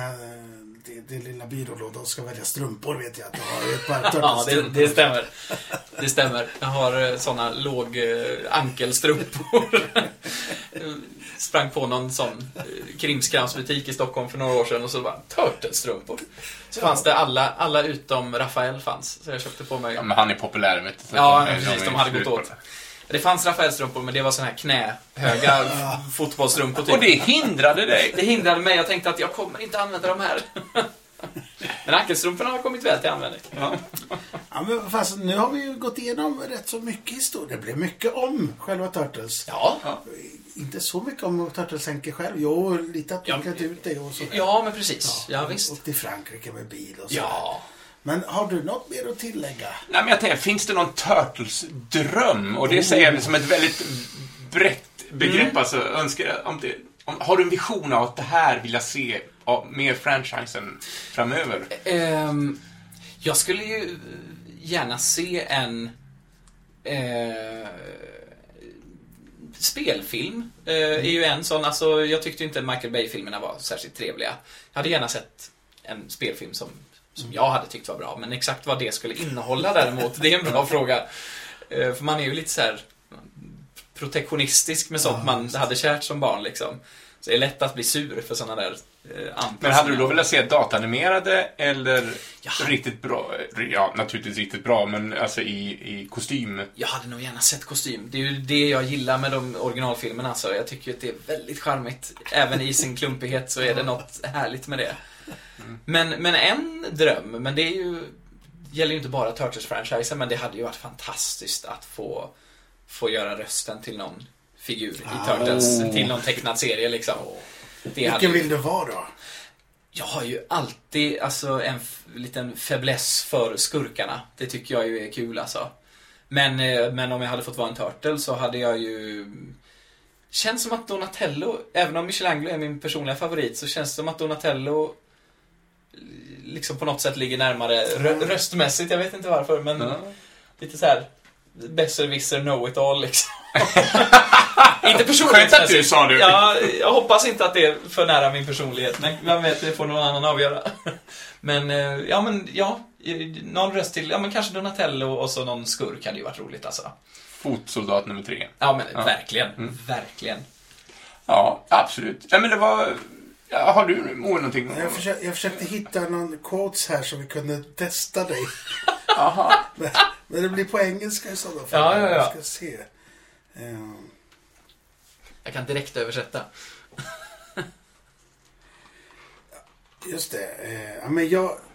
din lilla byrålåda och ska välja strumpor, vet jag att du har ett par turtlestrumpor. Ja, det stämmer. Det stämmer. Jag har såna låg ankelstrumpor. Sprang på någon sån krimskramsbutik i Stockholm för några år sedan och så var turtlestrumpor. Så fanns det alla utom Rafael fanns. Så jag köpte på mig. Ja, men han är populär, vet du. Ja, precis. De hade gått åt. Det fanns Rafael-strumpor, men det var såna här knähöga fotbollsstrumpor typ. Och det hindrade dig? Det hindrade mig. Jag tänkte att jag kommer inte använda de här. Men ankelstrumporna har kommit väl till användning. Ja, men fast nu har vi ju gått igenom rätt så mycket historia. Det blev mycket om själva Turtles. Ja. Inte så mycket om Turtles Henke själv. Jo, lite att plockat ut det och så. Ja, men precis. Ja, visst. Och till Frankrike med bil och så. Ja. Men har du något mer att tillägga? Nej, men jag tänker, finns det någon Turtles-dröm? Och det säger jag som ett väldigt brett begrepp. Alltså, har du en vision av att det här vill jag se mer franchisen framöver? Jag skulle ju gärna se en spelfilm. Är ju en sån. Alltså, jag tyckte inte Michael Bay-filmerna var särskilt trevliga. Jag hade gärna sett en spelfilm som jag hade tyckt var bra. Men exakt vad det skulle innehålla däremot, det är en bra fråga. För man är ju lite så här protektionistisk med sånt man hade kärt som barn liksom. Så det är lätt att bli sur för sådana där anpassningar. Men hade du då velat se datanimerade eller riktigt bra? Ja, naturligtvis riktigt bra, men alltså i kostym. Jag hade nog gärna sett kostym. Det är ju det jag gillar med de originalfilmerna. Alltså. Jag tycker att det är väldigt charmigt. Även i sin klumpighet så är det något härligt med det. Men en dröm, men det är ju, gäller ju inte bara Turtles-franchisen, men det hade ju varit fantastiskt att få göra rösten till någon figur i Turtles, till någon tecknad serie liksom. Vilken vill det vara då? Jag har ju alltid en liten fäbless för skurkarna. Det tycker jag ju är kul alltså. Men om jag hade fått vara en turtle så hade jag ju... Känns som att Donatello, även om Michelangelo är min personliga favorit, så känns det som att Donatello liksom på något sätt ligger närmare röstmässigt. Jag vet inte varför, men lite så här besserwisser know it all liksom. Inte personlighetsmässigt. Sa du. Ja, jag hoppas inte att det är för nära min personlighet, men vem vet, det får någon annan avgöra. Men någon röst till, men kanske Donatello och så någon skurk hade ju varit roligt alltså. Fotsoldat nummer 3. Ja, men verkligen. Ja, absolut. Ja, men det var... Ja, har du någonting? Jag försökte hitta någon quotes här så vi kunde testa dig. Aha. Men det blir på engelska i sådana fall. Ja. Jag ska se. Jag kan direkt översätta. Just det. Men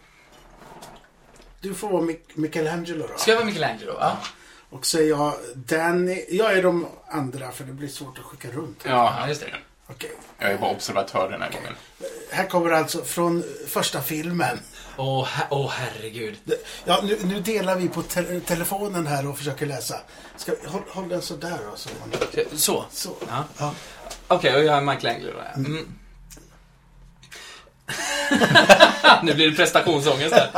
du får vara Michelangelo då. Ska jag vara Michelangelo? Ja. Och så är jag Danny. Jag är de andra, för det blir svårt att skicka runt. Ja, just det. Okej. Jag är bara observatör den här gången. Här kommer alltså från första filmen. Herregud. Ja, nu delar vi på telefonen här och försöker läsa. Håll den så där då. Så? Så. Ja. Okej, och jag är Michael Englund. Nu blir det prestationsångest där.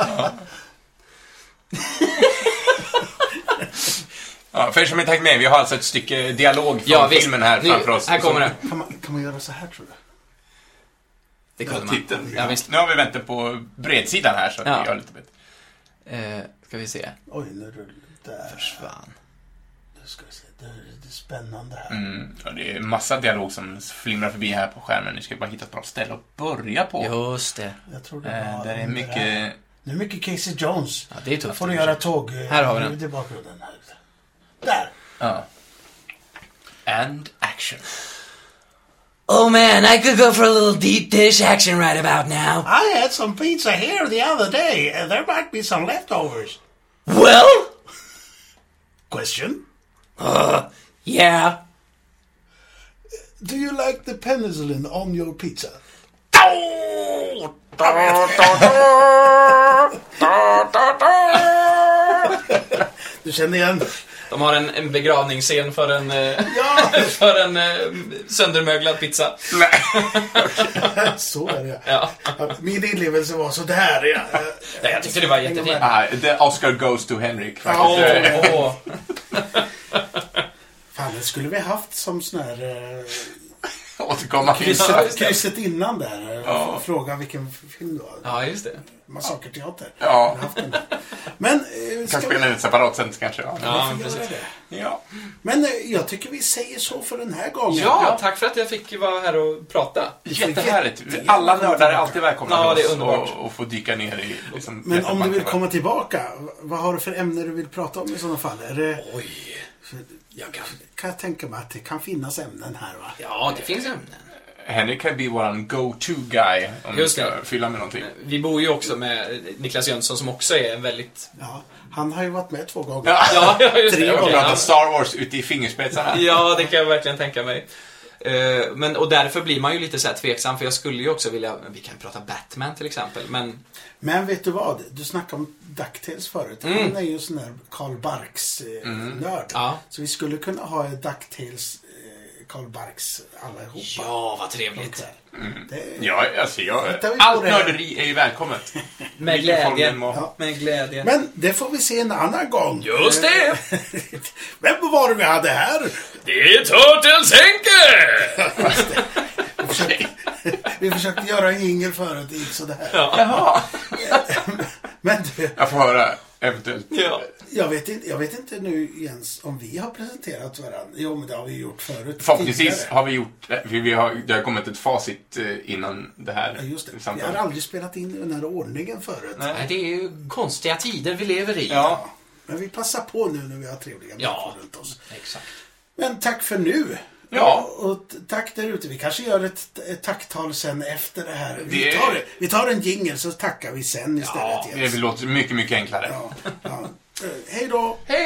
Ja, för er som inte tagit med, vi har alltså ett stycke dialog från filmen här framför oss. Här kommer det. Kan man göra så här, tror du? Det kunde man. Titeln. Ja, visst. Nu har vi väntat på bredsidan här så att vi gör lite bättre. Ska vi se. Oj, nu där försvann. Nu ska vi se. Det är spännande här. Ja, det är massa dialog som flimrar förbi här på skärmen. Ni ska bara hitta ett bra ställe att börja på. Just det. Jag tror det var där är mycket... Nu är mycket Casey Jones. Ja, det är tufft. Får du göra tåg. Här har vi den. I bakgrunden här. Där. Ja. And action. Oh man, I could go for a little deep dish action right about now. I had some pizza here the other day, and there might be some leftovers. Well? Question? Yeah. Do you like the penicillin on your pizza? Du känner igen? De har en begravningsscen för en, för en söndermöglad pizza. Så är det. Ja. Min inlevelse var så där. Ja, jag tyckte det var jättefint. The Oscar goes to Henrik. Fan, det skulle vi haft som sån här... Återkomma. Krysset innan där. Fråga vilken film det var. Ja, just det. Massakerteater. Ja. Men... Kan spela in ett separat sen kanske. Ja, precis. Ja. Men jag tycker vi säger så för den här gången. Ja, tack för att jag fick vara här och prata. Jättehärligt. Alla nördar är alltid välkomna Ja, det är till oss underbart. och få dyka ner i... Liksom, Men om du vill komma tillbaka, vad har du för ämne du vill prata om i sådana fall? Är det... Oj. Kan jag tänka mig att det kan finnas ämnen här, va? Ja, det finns ämnen. Henrik kan bli våran go-to-guy om vi ska fylla med någonting. Vi bor ju också med Niklas Jönsson som också är en väldigt... Ja, han har ju varit med 2 gånger. Ja, just det. 3 gånger. Prata Star Wars ute i fingerspetsarna. Ja, det kan jag verkligen tänka mig. Och därför blir man ju lite så här tveksam, för jag skulle ju också vilja... Vi kan prata Batman till exempel, Men vet du vad? Du snackade om DuckTales förut. Han är ju en sån där Karl Barks nörd. Ja. Så vi skulle kunna ha DuckTales Karl Barks allihopa. Ja, vad trevligt. Ja, alltså allt nörderi är ju välkommet. Med glädje. Med glädje. Men det får vi se en annan gång. Just det! Vem var det vi hade här? Det är Turtles Henke! Vi försökte göra en jingle förut, det gick sådär. Jaha. Men du, Jag får höra eventuellt. Ja. jag vet inte nu Jens om vi har presenterat varandra. Jo, men det har vi gjort förut. Förhoppningsvis tidigare. har vi gjort det. Det har kommit ett facit innan det här. Ja, just det. Vi har aldrig spelat in i den här ordningen förut. Nej, det är ju konstiga tider vi lever i. Ja. Men vi passar på nu när vi har trevliga människor runt oss. Exakt. Men tack för nu. Ja. Och tack där ute. Vi kanske gör ett tacktal sen efter det här. Vi tar en jingle så tackar vi sen istället. Ja, det låter mycket, mycket enklare. Ja. Hej då! Hej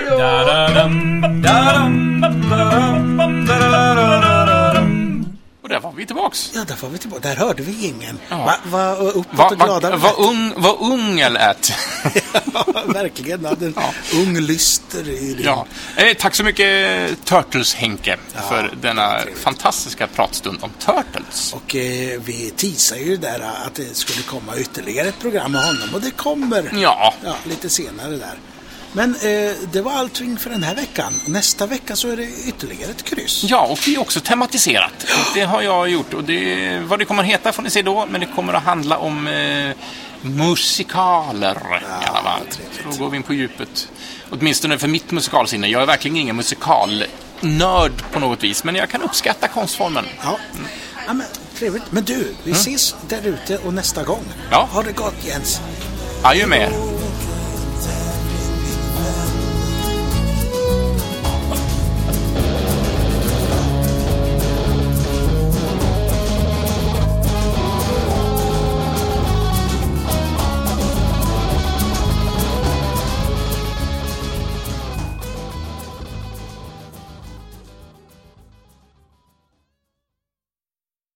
Och där var vi tillbaks. Ja, där var vi tillbaka. Där hörde vi ingen. Ja. Vad uppåt och glada. Vad ung jag lät. Ja, verkligen. Hade en ung lyster i det. Ja. Tack så mycket Turtles Henke för denna fantastiska pratstund om Turtles. Och vi teasar ju där att det skulle komma ytterligare ett program med honom. Och det kommer lite senare där. Men det var allting för den här veckan. Nästa vecka så är det ytterligare ett kryss. Ja, och det är också tematiserat. Det har jag gjort. Och vad det kommer att heta får ni se då. Men det kommer att handla om musikaler. I alla fall. Då går vi in på djupet. Åtminstone för mitt musikalsinne. Jag är verkligen ingen musikalnörd på något vis. Men jag kan uppskatta konstformen. Ja, men trevligt. Men du, vi ses där ute och nästa gång. Ja. Ha det gott, Jens. Adjö med er.